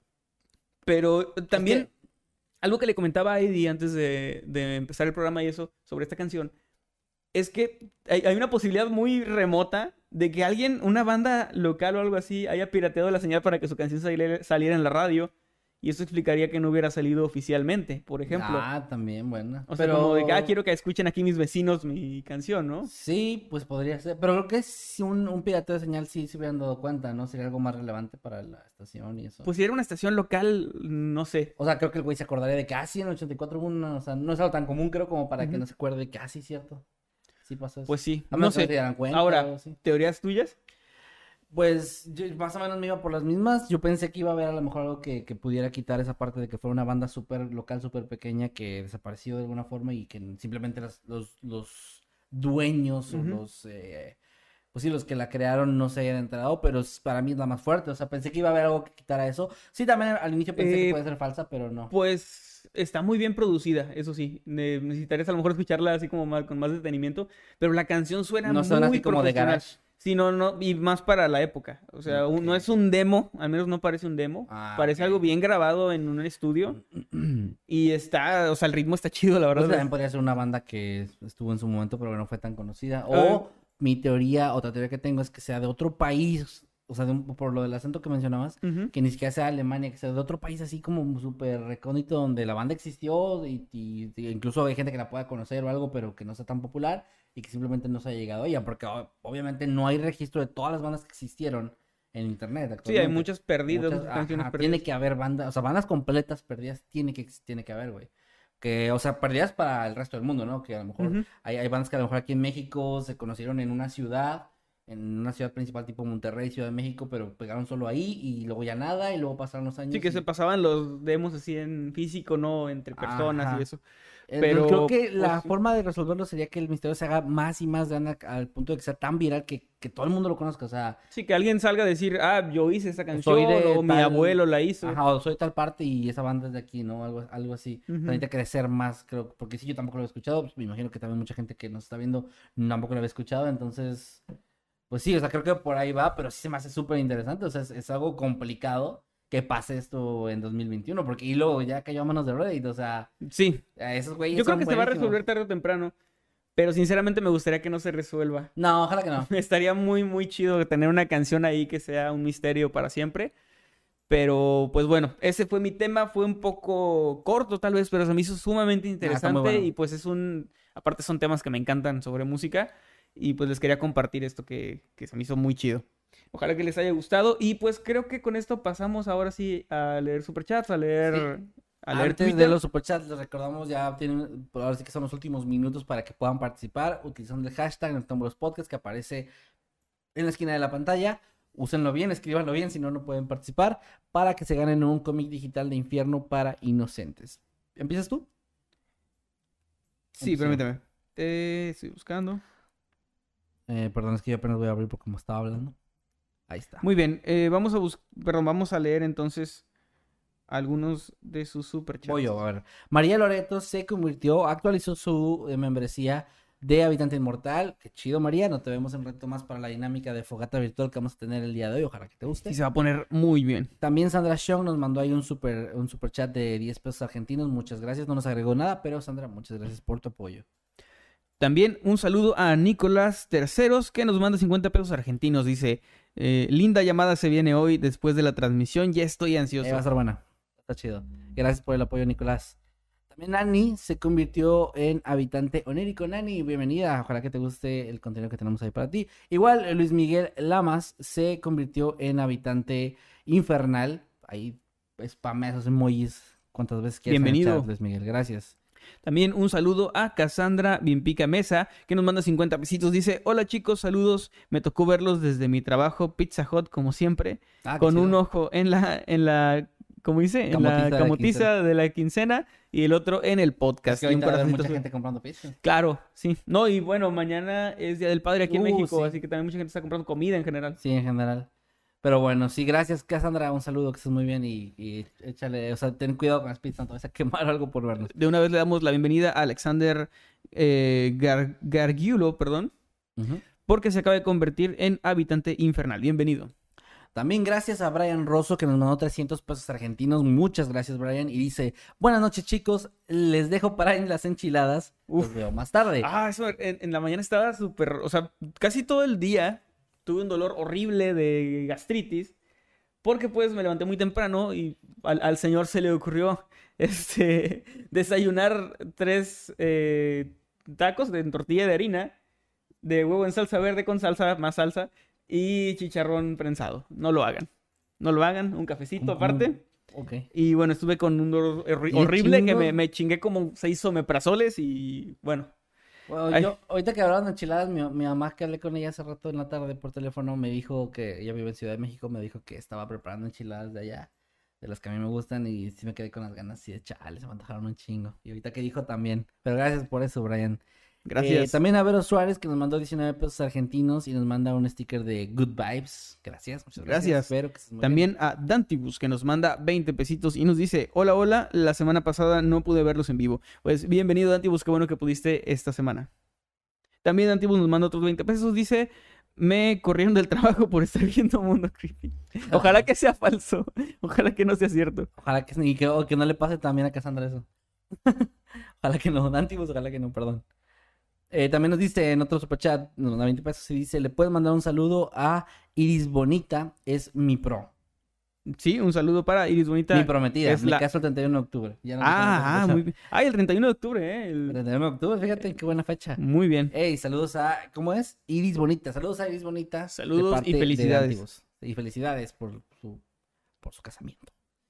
Pero también, algo que le comentaba a Eddie antes de empezar el programa y eso, sobre esta canción, es que hay una posibilidad muy remota de que alguien, una banda local o algo así, haya pirateado la señal para que su canción saliera en la radio. Y eso explicaría que no hubiera salido oficialmente, por ejemplo. También, bueno. O sea, como de que, quiero que escuchen aquí mis vecinos mi canción, ¿no? Sí, pues podría ser. Pero creo que si un pirateo de señal sí se hubieran dado cuenta, ¿no? Sería algo más relevante para la estación y eso. Pues si era una estación local, no sé. O sea, creo que el güey se acordaría de que, sí, en el 84 hubo una... O sea, no es algo tan común, creo, como para que no se acuerde de que, sí, cierto. Sí pasó eso. Pues sí, no sé. Se dieran cuenta. Ahora, ¿teorías tuyas? Pues yo más o menos me iba por las mismas. Yo pensé que iba a haber a lo mejor algo que pudiera quitar esa parte de que fuera una banda súper local, súper pequeña que desapareció de alguna forma y que simplemente los dueños o los... pues sí, los que la crearon no se hayan enterado, pero para mí es la más fuerte. O sea, pensé que iba a haber algo que quitara eso. Sí, también al inicio pensé que puede ser falsa, pero no. Pues está muy bien producida, eso sí. Necesitarías a lo mejor escucharla así como con más detenimiento, pero la canción suena muy así como de garage. Sí, no, y más para la época. O sea, no es un demo, al menos no parece un demo. Parece algo bien grabado en un estudio. Y está, o sea, el ritmo está chido, la verdad. Pues también podría ser una banda que estuvo en su momento, pero que no fue tan conocida. O mi teoría, otra teoría que tengo es que sea de otro país. O sea, por lo del acento que mencionabas, que ni siquiera sea Alemania, que sea de otro país así como súper recóndito donde la banda existió y incluso hay gente que la pueda conocer o algo, pero que no sea tan popular y que simplemente no se haya llegado a ella, porque obviamente no hay registro de todas las bandas que existieron en internet actualmente. Sí, hay muchas perdidas, muchas canciones perdidas. Tiene que haber bandas, o sea, bandas completas perdidas tiene que haber, güey. Que, o sea, perdidas para el resto del mundo, ¿no? Que a lo mejor hay bandas que a lo mejor aquí en México se conocieron en una ciudad principal tipo Monterrey, Ciudad de México, pero pegaron solo ahí y luego ya nada y luego pasaron los años. Sí, que se pasaban los demos así en físico, ¿no? Entre personas y eso. Pero creo que la forma de resolverlo sería que el misterio se haga más y más grande al punto de que sea tan viral que todo el mundo lo conozca, o sea... Sí, que alguien salga a decir, yo hice esa canción, o mi abuelo la hizo. O soy tal parte y esa banda es de aquí, ¿no? Algo así. Necesita crecer más, creo, porque si yo tampoco lo he escuchado, pues me imagino que también mucha gente que nos está viendo tampoco lo había escuchado, entonces... Pues sí, o sea, creo que por ahí va, pero sí se me hace súper interesante, o sea, es algo complicado que pase esto en 2021, porque y luego ya cayó a manos de Reddit, o sea... Sí. Esos güeyes yo creo que se va a resolver tarde o temprano, pero sinceramente me gustaría que no se resuelva. No, ojalá que no. Estaría muy, muy chido tener una canción ahí que sea un misterio para siempre, pero pues bueno, ese fue mi tema, fue un poco corto tal vez, pero se me hizo sumamente interesante bueno. Y pues aparte son temas que me encantan sobre música. Y pues les quería compartir esto que se me hizo muy chido. Ojalá que les haya gustado. Y pues creo que con esto pasamos ahora sí a leer superchats, a leer Antes Twitter. de los superchats, les recordamos, ya tienen, ahora sí que son los últimos minutos para que puedan participar utilizando el hashtag Noctámbulos Podcast que aparece en la esquina de la pantalla. Úsenlo bien, escríbanlo bien, si no, no pueden participar, para que se ganen un cómic digital de Infierno para Inocentes. ¿Empiezas tú? Sí, permítame. Estoy buscando. Perdón, es que yo apenas voy a abrir porque como estaba hablando. Ahí está. Muy bien, vamos a leer entonces algunos de sus superchats. Voy yo, a ver. María Loreto se actualizó su membresía de Habitante Inmortal. Qué chido, María. No te vemos en un rato más para la dinámica de fogata virtual que vamos a tener el día de hoy. Ojalá que te guste. Sí, se va a poner muy bien. También Sandra Shong nos mandó ahí un super chat de 10 pesos argentinos. Muchas gracias. No nos agregó nada, pero Sandra, muchas gracias por tu apoyo. También un saludo a Nicolás Terceros, que nos manda 50 pesos argentinos. Dice, linda llamada se viene hoy después de la transmisión. Ya estoy ansioso. Va a ser buena. Está chido. Gracias por el apoyo, Nicolás. También Nani se convirtió en habitante onírico. Nani, bienvenida. Ojalá que te guste el contenido que tenemos ahí para ti. Igual, Luis Miguel Lamas se convirtió en habitante infernal. Ahí spamea esos emojis cuantas veces quieras. Bienvenido. Luis Miguel, gracias. También un saludo a Cassandra Bienpica Mesa, que nos manda 50 pesitos. Dice, hola chicos, saludos. Me tocó verlos desde mi trabajo, Pizza Hut, como siempre. Con un ojo en la ¿cómo dice? En la camotiza de la quincena y el otro en el podcast. Es que ahorita hay mucha gente comprando pizza. Claro, sí. No, y bueno, mañana es Día del Padre aquí en México, sí. Así que también mucha gente está comprando comida en general. Sí, en general. Pero bueno, sí, gracias, Cassandra. Un saludo, que estés muy bien y échale, o sea, ten cuidado con las pizzas, no te vas a quemar algo por vernos. De una vez le damos la bienvenida a Alexander Gargiulo, perdón, porque se acaba de convertir en habitante infernal. Bienvenido. También gracias a Brian Rosso, que nos mandó 300 pesos argentinos. Muchas gracias, Brian. Y dice, buenas noches, chicos. Les dejo para en las enchiladas. Los veo más tarde. Eso en la mañana estaba súper... O sea, casi todo el día tuve un dolor horrible de gastritis. Porque pues me levanté muy temprano y al señor se le ocurrió desayunar 3 tacos de tortilla de harina, de huevo en salsa verde con salsa, más salsa, y chicharrón prensado. No lo hagan. No lo hagan. Un cafecito aparte. Okay. Y bueno, estuve con un dolor horrible que me chingué como 6 omeprazoles y bueno. Bueno, yo, ahorita que hablaban de enchiladas, mi mamá, que hablé con ella hace rato en la tarde por teléfono, me dijo que ella vive en Ciudad de México, me dijo que estaba preparando enchiladas de allá, de las que a mí me gustan, y sí me quedé con las ganas y de chale, se me antojaron un chingo. Y ahorita que dijo también. Pero gracias por eso, Brian. Gracias. También a Vero Suárez, que nos mandó 19 pesos argentinos y nos manda un sticker de Good Vibes. Gracias, muchas gracias. Espero que estés muy También bien. a Dantibus, que nos manda 20 pesitos y nos dice, hola, la semana pasada no pude verlos en vivo. Pues bienvenido, Dantibus, qué bueno que pudiste esta semana. También Dantibus nos manda otros 20 pesos, dice, me corrieron del trabajo por estar viendo Mundo Creepy. Ojalá que sea falso, ojalá que no sea cierto. Ojalá que no le pase también a Cassandra eso. Ojalá que no, Dantibus, ojalá que no, perdón. También nos dice en otro superchat, nos da 20 pesos y dice, le puedes mandar un saludo a Iris Bonita, es mi pro. Sí, un saludo para Iris Bonita. Mi prometida, me caso el 31 de octubre. Ya no muy bien. El 31 de octubre, El 31 de octubre, fíjate qué buena fecha. Muy bien. Saludos a, ¿cómo es? Iris Bonita, saludos a Iris Bonita. Saludos y felicidades. Y felicidades por su casamiento.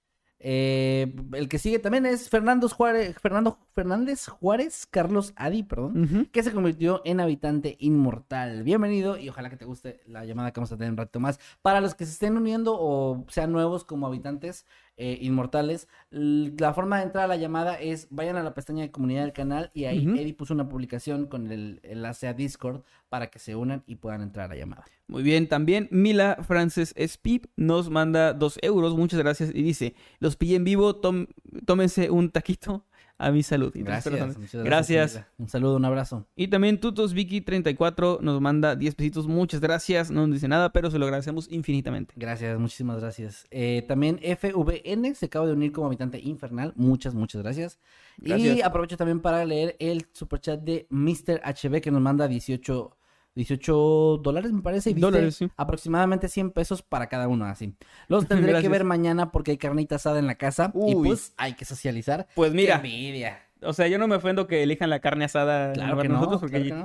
El que sigue también es Fernando Fernández Juárez, Carlos Adi, perdón, que se convirtió en habitante inmortal. Bienvenido y ojalá que te guste la llamada que vamos a tener un rato más. Para los que se estén uniendo o sean nuevos como habitantes inmortales, la forma de entrar a la llamada es, vayan a la pestaña de comunidad del canal y ahí Eddie puso una publicación con el enlace a Discord para que se unan y puedan entrar a la llamada. Muy bien, también Mila Frances Spip nos manda 2 euros, muchas gracias, y dice, los pillé en vivo, tómense un taquito a mi salud. Gracias. Un saludo, un abrazo. Y también Tutos Vicky 34 nos manda 10 pesitos, muchas gracias, no nos dice nada, pero se lo agradecemos infinitamente. Gracias, muchísimas gracias. También FVN se acaba de unir como habitante infernal, muchas gracias. Y aprovecho también para leer el superchat de Mr. HB que nos manda $18 me parece, y dice sí. Aproximadamente 100 pesos para cada uno, así. Los tendré que ver mañana porque hay carnita asada en la casa. Y pues hay que socializar. Pues mira, ¡qué envidia! O sea, yo no me ofendo que elijan la carne asada Claro en que nosotros no, porque claro que no.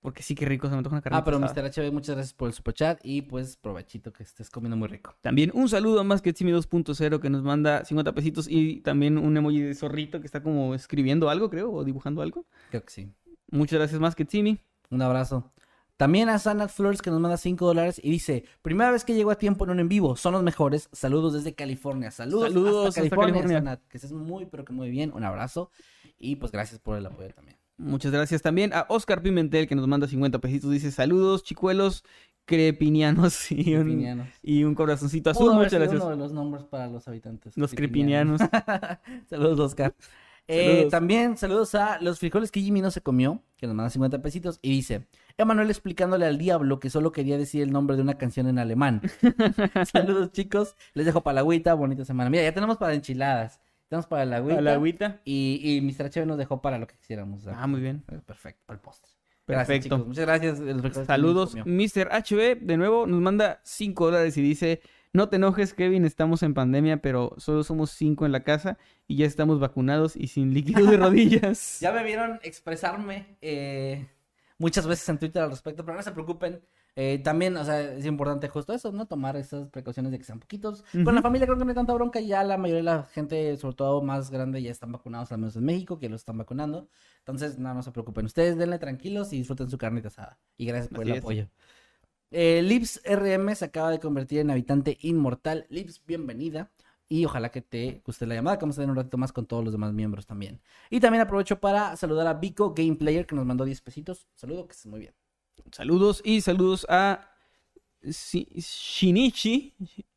Porque sí, qué rico, se me antoja una carnita pero asada. Mr. HB, muchas gracias por el superchat y pues provechito que estés comiendo muy rico. También un saludo a Masketsimi 2.0 que nos manda 50 pesitos y también un emoji de zorrito que está como escribiendo algo, creo, o dibujando algo. Creo que sí. Muchas gracias, Masketsimi. Un abrazo. También a Sanat Flores que nos manda $5 y dice, primera vez que llego a tiempo en un en vivo, son los mejores, saludos desde California, saludos hasta California. Sanat, que estés muy, pero que muy bien, un abrazo y pues gracias por el apoyo también. Muchas gracias también a Oscar Pimentel que nos manda 50 pesitos, dice saludos chicuelos crepinianos y un corazoncito azul, muchas gracias. Uno de los nombres para los habitantes. Los crepinianos. Saludos, Oscar. También saludos a los frijoles que Jimmy no se comió, que nos manda 50 pesitos y dice, Emanuel explicándole al diablo que solo quería decir el nombre de una canción en alemán. Saludos chicos, les dejo para la agüita, bonita semana. Mira, ya tenemos para enchiladas, tenemos para la agüita. Y Mr. HB nos dejó para lo que quisiéramos. Muy bien. Perfecto, para el postre. Perfecto. Gracias, chicos. Muchas gracias. Saludos. Mr. HB de nuevo nos manda $5 y dice, no te enojes, Kevin, estamos en pandemia, pero solo somos 5 en la casa y ya estamos vacunados y sin líquido de rodillas. Ya me vieron expresarme muchas veces en Twitter al respecto, pero no se preocupen. También, o sea, es importante justo eso, ¿no? Tomar esas precauciones de que sean poquitos. Con la familia creo que no hay tanta bronca. Ya la mayoría de la gente, sobre todo más grande, ya están vacunados, al menos en México, que lo están vacunando. Entonces, no se preocupen. Ustedes denle tranquilos y disfruten su carnita asada. Y gracias por el apoyo. Lips RM se acaba de convertir en habitante inmortal. Lips, bienvenida. Y ojalá que te guste la llamada, que vamos a tener un ratito más con todos los demás miembros también. Y también aprovecho para saludar a Vico Gameplayer, que nos mandó 10 pesitos. Saludo, que estés muy bien. Saludos y saludos a Shinichi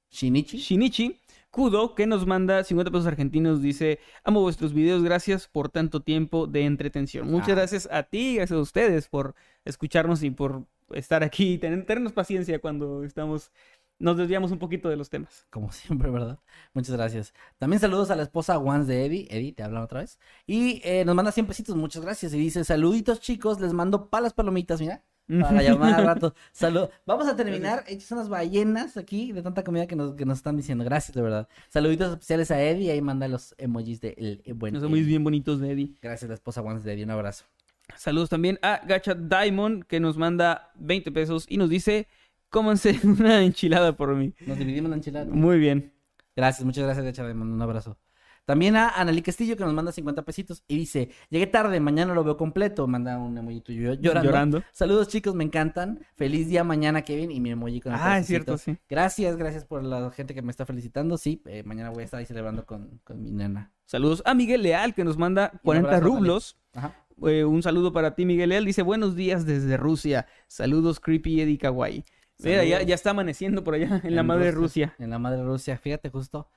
Kudo, que nos manda 50 pesos argentinos. Dice, amo vuestros videos, gracias por tanto tiempo de entretención. Muchas gracias a ti, gracias a ustedes por escucharnos y por estar aquí y tenernos paciencia cuando nos desviamos un poquito de los temas. Como siempre, ¿verdad? Muchas gracias. También saludos a la esposa Once de Eddie. Eddie, te hablan otra vez. Y nos manda 100 pesitos, muchas gracias. Y dice, saluditos chicos, les mando para las palomitas, mira. Para la llamada al rato. Vamos a terminar hechas unas ballenas aquí de tanta comida que nos están diciendo. Gracias, de verdad. Saluditos especiales a Eddie. Ahí manda los emojis de el buen Son muy bien bonitos de Eddie. Gracias, la esposa Once de Eddie. Un abrazo. Saludos también a Gacha Diamond, que nos manda 20 pesos y nos dice, cómanse una enchilada por mí. Nos dividimos la enchilada. Muy bien. Gracias, muchas gracias, Gacha Diamond. Un abrazo. También a Analí Castillo, que nos manda 50 pesitos y dice, llegué tarde, mañana lo veo completo. Manda un emoji tuyo llorando. Saludos chicos, me encantan. Feliz día mañana, Kevin, y mi emoji con el es cierto, sí. Gracias por la gente que me está felicitando. Sí, mañana voy a estar ahí celebrando con mi nena. Saludos a Miguel Leal, que nos manda 40 rublos. Ajá. Un saludo para ti, Miguel Leal. Dice, buenos días desde Rusia. Saludos, Creepy Eddie Kawaii. Mira, ya está amaneciendo por allá, en la madre Rusia. En la madre Rusia, fíjate justo.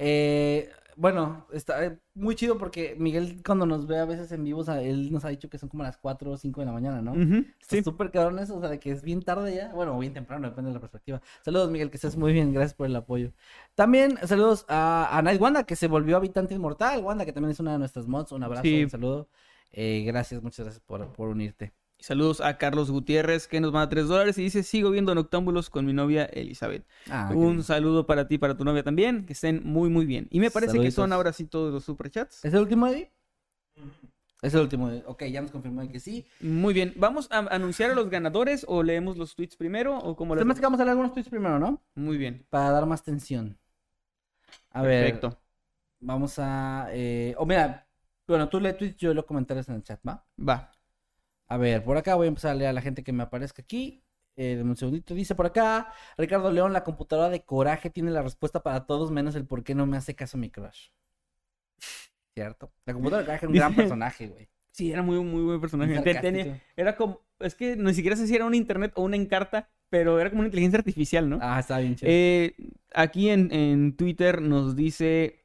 Bueno, está muy chido porque Miguel cuando nos ve a veces en vivos, él nos ha dicho que son como las 4 o 5 de la mañana, ¿no? Está súper cabrón eso, o sea, de que es bien tarde ya. Bueno, bien temprano, depende de la perspectiva. Saludos, Miguel, que estés muy bien, gracias por el apoyo. También saludos a Night Wanda, que se volvió habitante inmortal. Wanda, que también es una de nuestras mods. Un abrazo, un saludo. Muchas gracias por unirte. Saludos a Carlos Gutiérrez, que nos manda $3 y dice, sigo viendo Noctámbulos con mi novia Elizabeth. Un saludo para ti y para tu novia también, que estén muy, muy bien. Y me parece que son ahora sí todos los superchats. ¿Es el último, Eddie? Es el último. Ok, ya nos confirmó que sí. Muy bien. ¿Vamos a anunciar a los ganadores o leemos los tweets primero? O cómo Además que vamos a leer algunos tweets primero, ¿no? Muy bien. Para dar más tensión. Perfecto. Ver, vamos a... mira, bueno, tú lee tweets, yo leo comentarios en el chat, ¿va? Va. A ver, por acá voy a empezar a leer a la gente que me aparezca aquí. Deme un segundito. Dice por acá, Ricardo León, la computadora de Coraje tiene la respuesta para todos menos el por qué no me hace caso mi crush. ¿Cierto? La computadora de Coraje era un gran personaje, güey. Sí, era muy buen personaje. Era como, es que ni siquiera sé si era un internet o una encarta, pero era como una inteligencia artificial, ¿no? Está bien chido. Aquí en Twitter nos dice...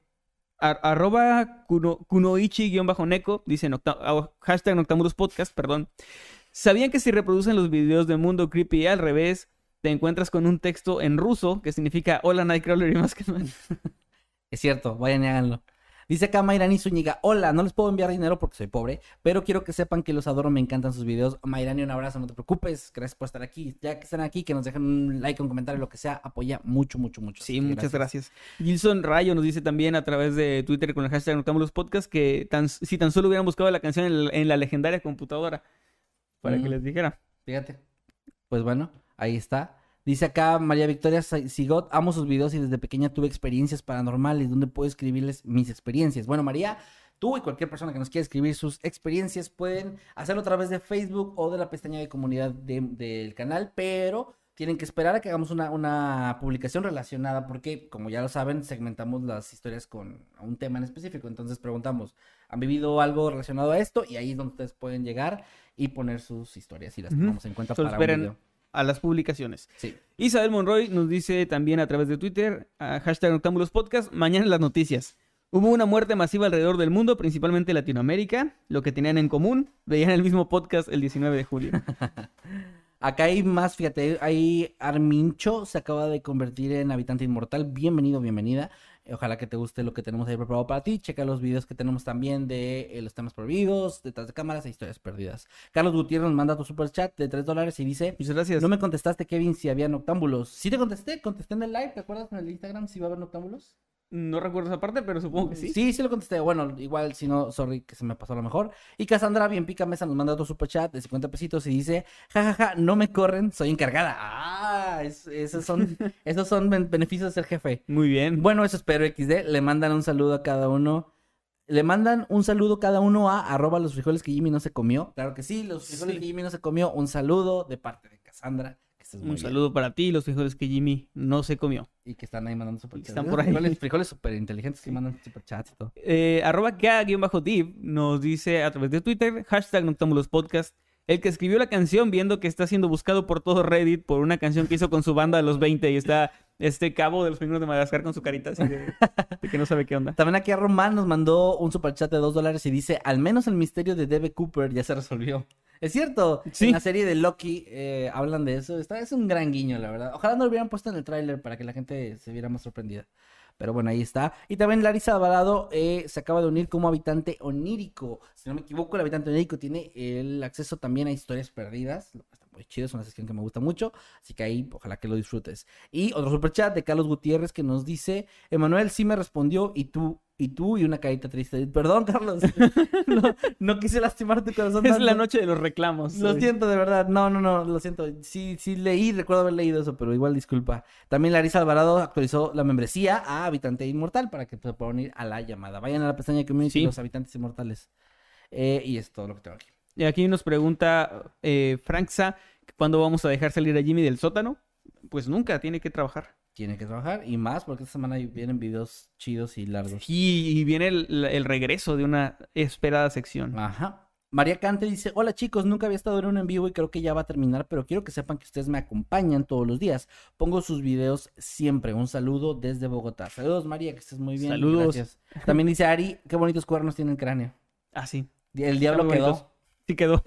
@kunoichi_neko dice hashtag Noctámbulos Podcast, perdón. ¿Sabían que si reproducen los videos de Mundo Creepy al revés, te encuentras con un texto en ruso que significa hola Nightcrawler y más que nada? Es cierto, vayan y háganlo. Dice acá Mayrani Zúñiga, hola, no les puedo enviar dinero porque soy pobre, pero quiero que sepan que los adoro, me encantan sus videos. Mayrani, un abrazo, no te preocupes, gracias por estar aquí. Ya que están aquí, que nos dejen un like, un comentario, lo que sea, apoya mucho. Sí, muchas gracias. Gilson Rayo nos dice también a través de Twitter con el hashtag Noctámbulos Podcast que si tan solo hubieran buscado la canción en la legendaria computadora, para que les dijera. Fíjate. Pues bueno, ahí está. Dice acá María Victoria Sigot, amo sus videos y desde pequeña tuve experiencias paranormales. ¿Dónde puedo escribirles mis experiencias? Bueno, María, tú y cualquier persona que nos quiera escribir sus experiencias pueden hacerlo a través de Facebook o de la pestaña de comunidad del canal, pero tienen que esperar a que hagamos una publicación relacionada porque, como ya lo saben, segmentamos las historias con un tema en específico. Entonces preguntamos, ¿han vivido algo relacionado a esto? Y ahí es donde ustedes pueden llegar y poner sus historias y las tomamos en cuenta para un video. A las publicaciones. Sí. Isabel Monroy nos dice también a través de Twitter, hashtag Noctámbulos Podcast, mañana en las noticias. Hubo una muerte masiva alrededor del mundo, principalmente en Latinoamérica. Lo que tenían en común, veían el mismo podcast el 19 de julio. Acá hay más, fíjate, ahí Armincho se acaba de convertir en habitante inmortal. Bienvenido, bienvenida. Ojalá que te guste lo que tenemos ahí preparado para ti. Checa los videos que tenemos también de los temas prohibidos, detrás de cámaras e historias perdidas. Carlos Gutiérrez nos manda tu super chat de $3 y dice: muchas gracias. No me contestaste, Kevin, si había noctámbulos. Sí te contesté en el live, ¿te acuerdas en el Instagram si va a haber noctámbulos? No recuerdo esa parte, pero supongo que sí. Sí lo contesté. Bueno, igual, si no, sorry, que se me pasó a lo mejor. Y Cassandra Bien Pica Mesa nos manda otro superchat de 50 pesitos y dice: jajaja, no me corren, soy encargada. Ah, esos son beneficios de ser jefe. Muy bien. Bueno, eso espero, XD. Le mandan un saludo a cada uno. Le mandan un saludo cada uno a @ los frijoles que Jimmy no se comió. Claro que sí, los frijoles que Jimmy no se comió. Un saludo de parte de Cassandra. Un saludo para ti, los frijoles que Jimmy no se comió. Y que están ahí mandando superchats. Están por ahí. Frijoles súper inteligentes que mandan superchats y todo. @K_Div nos dice a través de Twitter, hashtag Noctámbulos Podcast, el que escribió la canción viendo que está siendo buscado por todo Reddit por una canción que hizo con su banda a los 20 y está este cabo de los Pingüinos de Madagascar con su carita así de que no sabe qué onda. También aquí a Román nos mandó un superchat de $2 y dice: al menos el misterio de Debe Cooper ya se resolvió. Es cierto, sí. En la serie de Loki hablan de eso. Es un gran guiño, la verdad. Ojalá no lo hubieran puesto en el tráiler para que la gente se viera más sorprendida. Pero bueno, ahí está. Y también Larisa Alvarado se acaba de unir como habitante onírico. Si no me equivoco, el habitante onírico tiene el acceso también a historias perdidas. Está muy chido, es una sección que me gusta mucho. Así que ahí, ojalá que lo disfrutes. Y otro superchat de Carlos Gutiérrez que nos dice: Emanuel sí me respondió y tú, y una carita triste. Perdón, Carlos. No quise lastimar tu corazón. Es la noche de los reclamos. Lo siento, de verdad. No, lo siento. Sí leí, recuerdo haber leído eso, pero igual disculpa. También Larisa Alvarado actualizó la membresía a Habitante Inmortal para que se puedan unir a la llamada. Vayan a la pestaña de Community, los Habitantes Inmortales. Y es todo lo que tengo aquí. Y aquí nos pregunta Franksa, ¿cuándo vamos a dejar salir a Jimmy del sótano? Pues nunca, tiene que trabajar. Tiene que trabajar y más porque esta semana vienen videos chidos y largos. Sí, y viene el regreso de una esperada sección. Ajá. María Cante dice: hola chicos, nunca había estado en un en vivo y creo que ya va a terminar, pero quiero que sepan que ustedes me acompañan todos los días. Pongo sus videos siempre. Un saludo desde Bogotá. Saludos, María, que estés muy bien. Saludos. Gracias. También dice Ari: qué bonitos cuernos tiene el cráneo. Ah, sí. El diablo quedó. Sí quedó.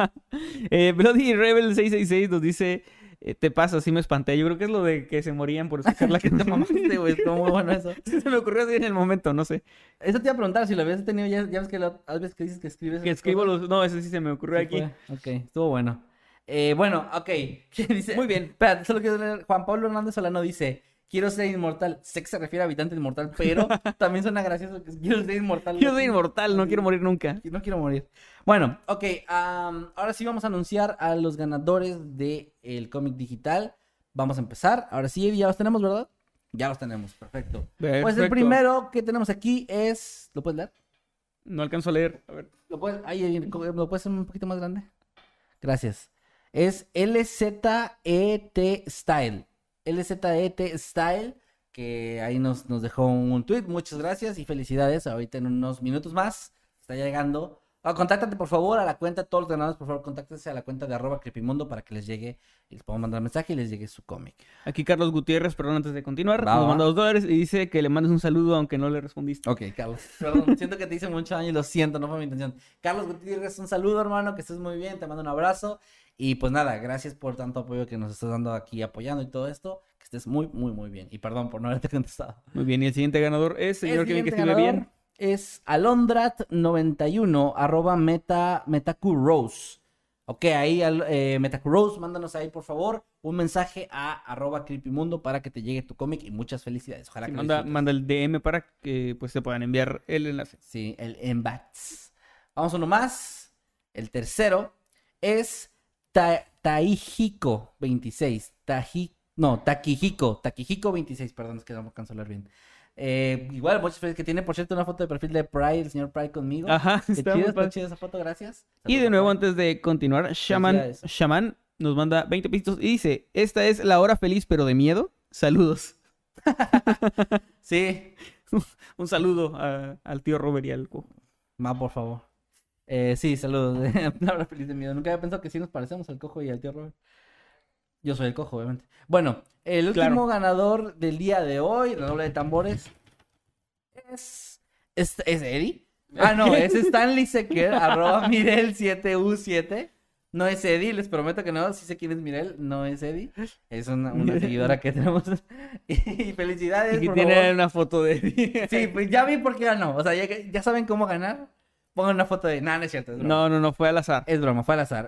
Bloody Rebel 666 nos dice: te pasa, sí me espanté. Yo creo que es lo de que se morían por escuchar la gente. Mamaste, güey. Estuvo muy bueno eso. Sí, se me ocurrió así en el momento, no sé. Eso te iba a preguntar si lo habías tenido. Ya ves que a veces que dices que escribes. Que escribo los. No, eso sí se me ocurrió aquí. Ok, estuvo bueno. Bueno, ok. Dice... Muy bien. Espera, solo quiero leer. Juan Pablo Hernández Solano dice: quiero ser inmortal. Sé que se refiere a habitante inmortal, pero también suena gracioso que quiero ser inmortal. Yo soy inmortal, no quiero morir nunca. No quiero morir. Bueno, ok. Ahora sí vamos a anunciar a los ganadores del cómic digital. Vamos a empezar. Ahora sí, ya los tenemos, ¿verdad? Ya los tenemos, perfecto. Pues el primero que tenemos aquí es... ¿Lo puedes leer? No alcanzo a leer. A ver. ¿Lo puedes hacer un poquito más grande? Gracias. Es LZET Style. LZET Style, que ahí nos dejó un tweet. Muchas gracias y felicidades. Ahorita en unos minutos más está llegando. Contáctate por favor a la cuenta, todos los ganadores por favor contáctense a la cuenta de @creepymundo para que les llegue y les podamos mandar mensaje y les llegue su cómic. Aquí Carlos Gutiérrez, perdón, antes de continuar, nos manda $2 y dice que le mandes un saludo aunque no le respondiste. Ok, Carlos, perdón, siento que te hice mucho daño y lo siento, no fue mi intención. Carlos Gutiérrez, un saludo hermano, que estés muy bien, te mando un abrazo y pues nada, gracias por tanto apoyo que nos estás dando aquí apoyando y todo esto, que estés muy, muy, muy bien y perdón por no haberte contestado. Muy bien, y el siguiente ganador es señor Kevin, que escribe bien. Es Alondrat91 @MetaQRose. Ok, ahí MetaQRose, mándanos ahí por favor un mensaje a @creepymundo para que te llegue tu cómic y muchas felicidades. Ojalá sí, que manda el DM para que pues te puedan enviar el enlace. Sí, el inbox. Vamos a uno más. El tercero es Taijiko 26. Takihiko 26, perdón, es que no me alcanzo a hablar bien. Igual, muchas veces que tiene, por cierto, una foto de perfil de Pride, el señor Pride conmigo. Ajá, está chida esa foto, gracias. Y de nuevo, antes de continuar, Shaman nos manda 20 pesitos y dice, esta es la hora feliz pero de miedo. Saludos. Sí. Un saludo al tío Robert y al cojo. Por favor. Sí, saludos. La hora feliz de miedo. Nunca había pensado que sí nos parecemos al cojo y al tío Robert. Yo soy el cojo, obviamente. Bueno, el último ganador del día de hoy, redoble de tambores, ¿es Eddie? Ah, no, es Stanley Secker, @Mirel7U7. No es Eddie, les prometo que no. Sí sé quién es Mirel, no es Eddie. Es una seguidora que tenemos. Y felicidades, y que tiene favor. Una foto de Eddie. Sí, pues ya vi por qué ganó. O sea, ya saben cómo ganar. Pongan una foto de... No es cierto. Es broma. No, fue al azar. Es broma, fue al azar.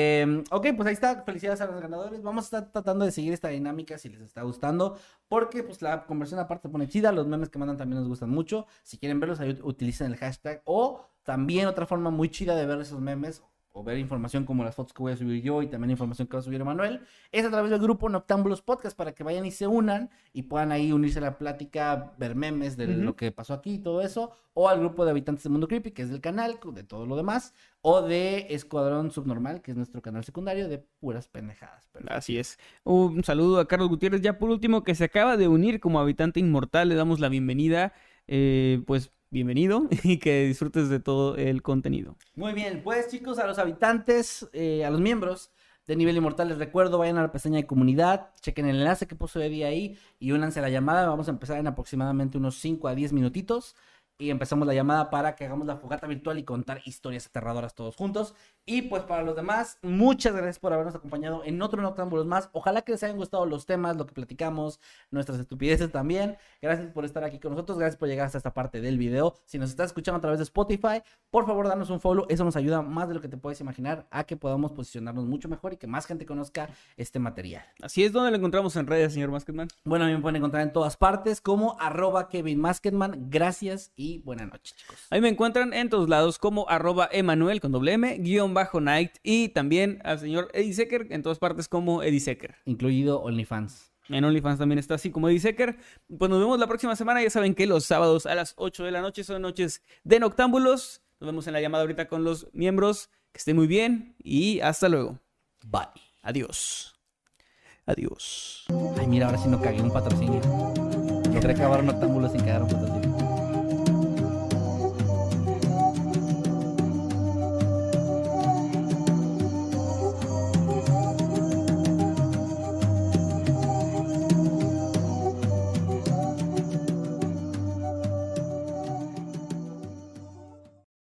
Ok, pues ahí está. Felicidades a los ganadores. Vamos a estar tratando de seguir esta dinámica si les está gustando. Porque pues la conversión aparte se pone chida. Los memes que mandan también nos gustan mucho. Si quieren verlos, ahí utilicen el hashtag. O también otra forma muy chida de ver esos memes o ver información como las fotos que voy a subir yo y también información que va a subir Emanuel, es a través del grupo Noctámbulos Podcast para que vayan y se unan y puedan ahí unirse a la plática, ver memes de lo que pasó aquí y todo eso, o al grupo de Habitantes del Mundo Creepy, que es del canal, de todo lo demás, o de Escuadrón Subnormal, que es nuestro canal secundario de puras pendejadas. Perfecto. Así es. Un saludo a Carlos Gutiérrez, ya por último, que se acaba de unir como habitante inmortal, le damos la bienvenida, pues... Bienvenido y que disfrutes de todo el contenido. Muy bien, pues chicos, a los habitantes, a los miembros de Nivel Inmortal, les recuerdo, vayan a la pestaña de comunidad, chequen el enlace que puso Eddie ahí y únanse a la llamada. Vamos a empezar en aproximadamente unos 5 a 10 minutitos y empezamos la llamada para que hagamos la fogata virtual y contar historias aterradoras todos juntos. Y pues para los demás, muchas gracias por habernos acompañado en otro Noctámbulos más. Ojalá que les hayan gustado los temas, lo que platicamos, nuestras estupideces también. Gracias por estar aquí con nosotros, gracias por llegar hasta esta parte del video. Si nos estás escuchando a través de Spotify, por favor danos un follow, eso nos ayuda más de lo que te puedes imaginar a que podamos posicionarnos mucho mejor y que más gente conozca este material. Así es, ¿dónde lo encontramos en redes, señor Masketman? Bueno, me pueden encontrar en todas partes como @KevinMasketman. Gracias y buenas noches, chicos. Ahí me encuentran en todos lados como @Emanuel con _M _Night y también al señor Eddie Secker en todas partes como Eddie Secker. Incluido OnlyFans. En OnlyFans también está así como Eddie Secker. Pues nos vemos la próxima semana. Ya saben que los sábados a las 8 de la noche son noches de Noctámbulos. Nos vemos en la llamada ahorita con los miembros. Que estén muy bien y hasta luego. Bye. Adiós. Adiós. Ay, mira, ahora sí no cagué un patrocinio. Logré acabar Noctámbulos sin cagar un patrocinio.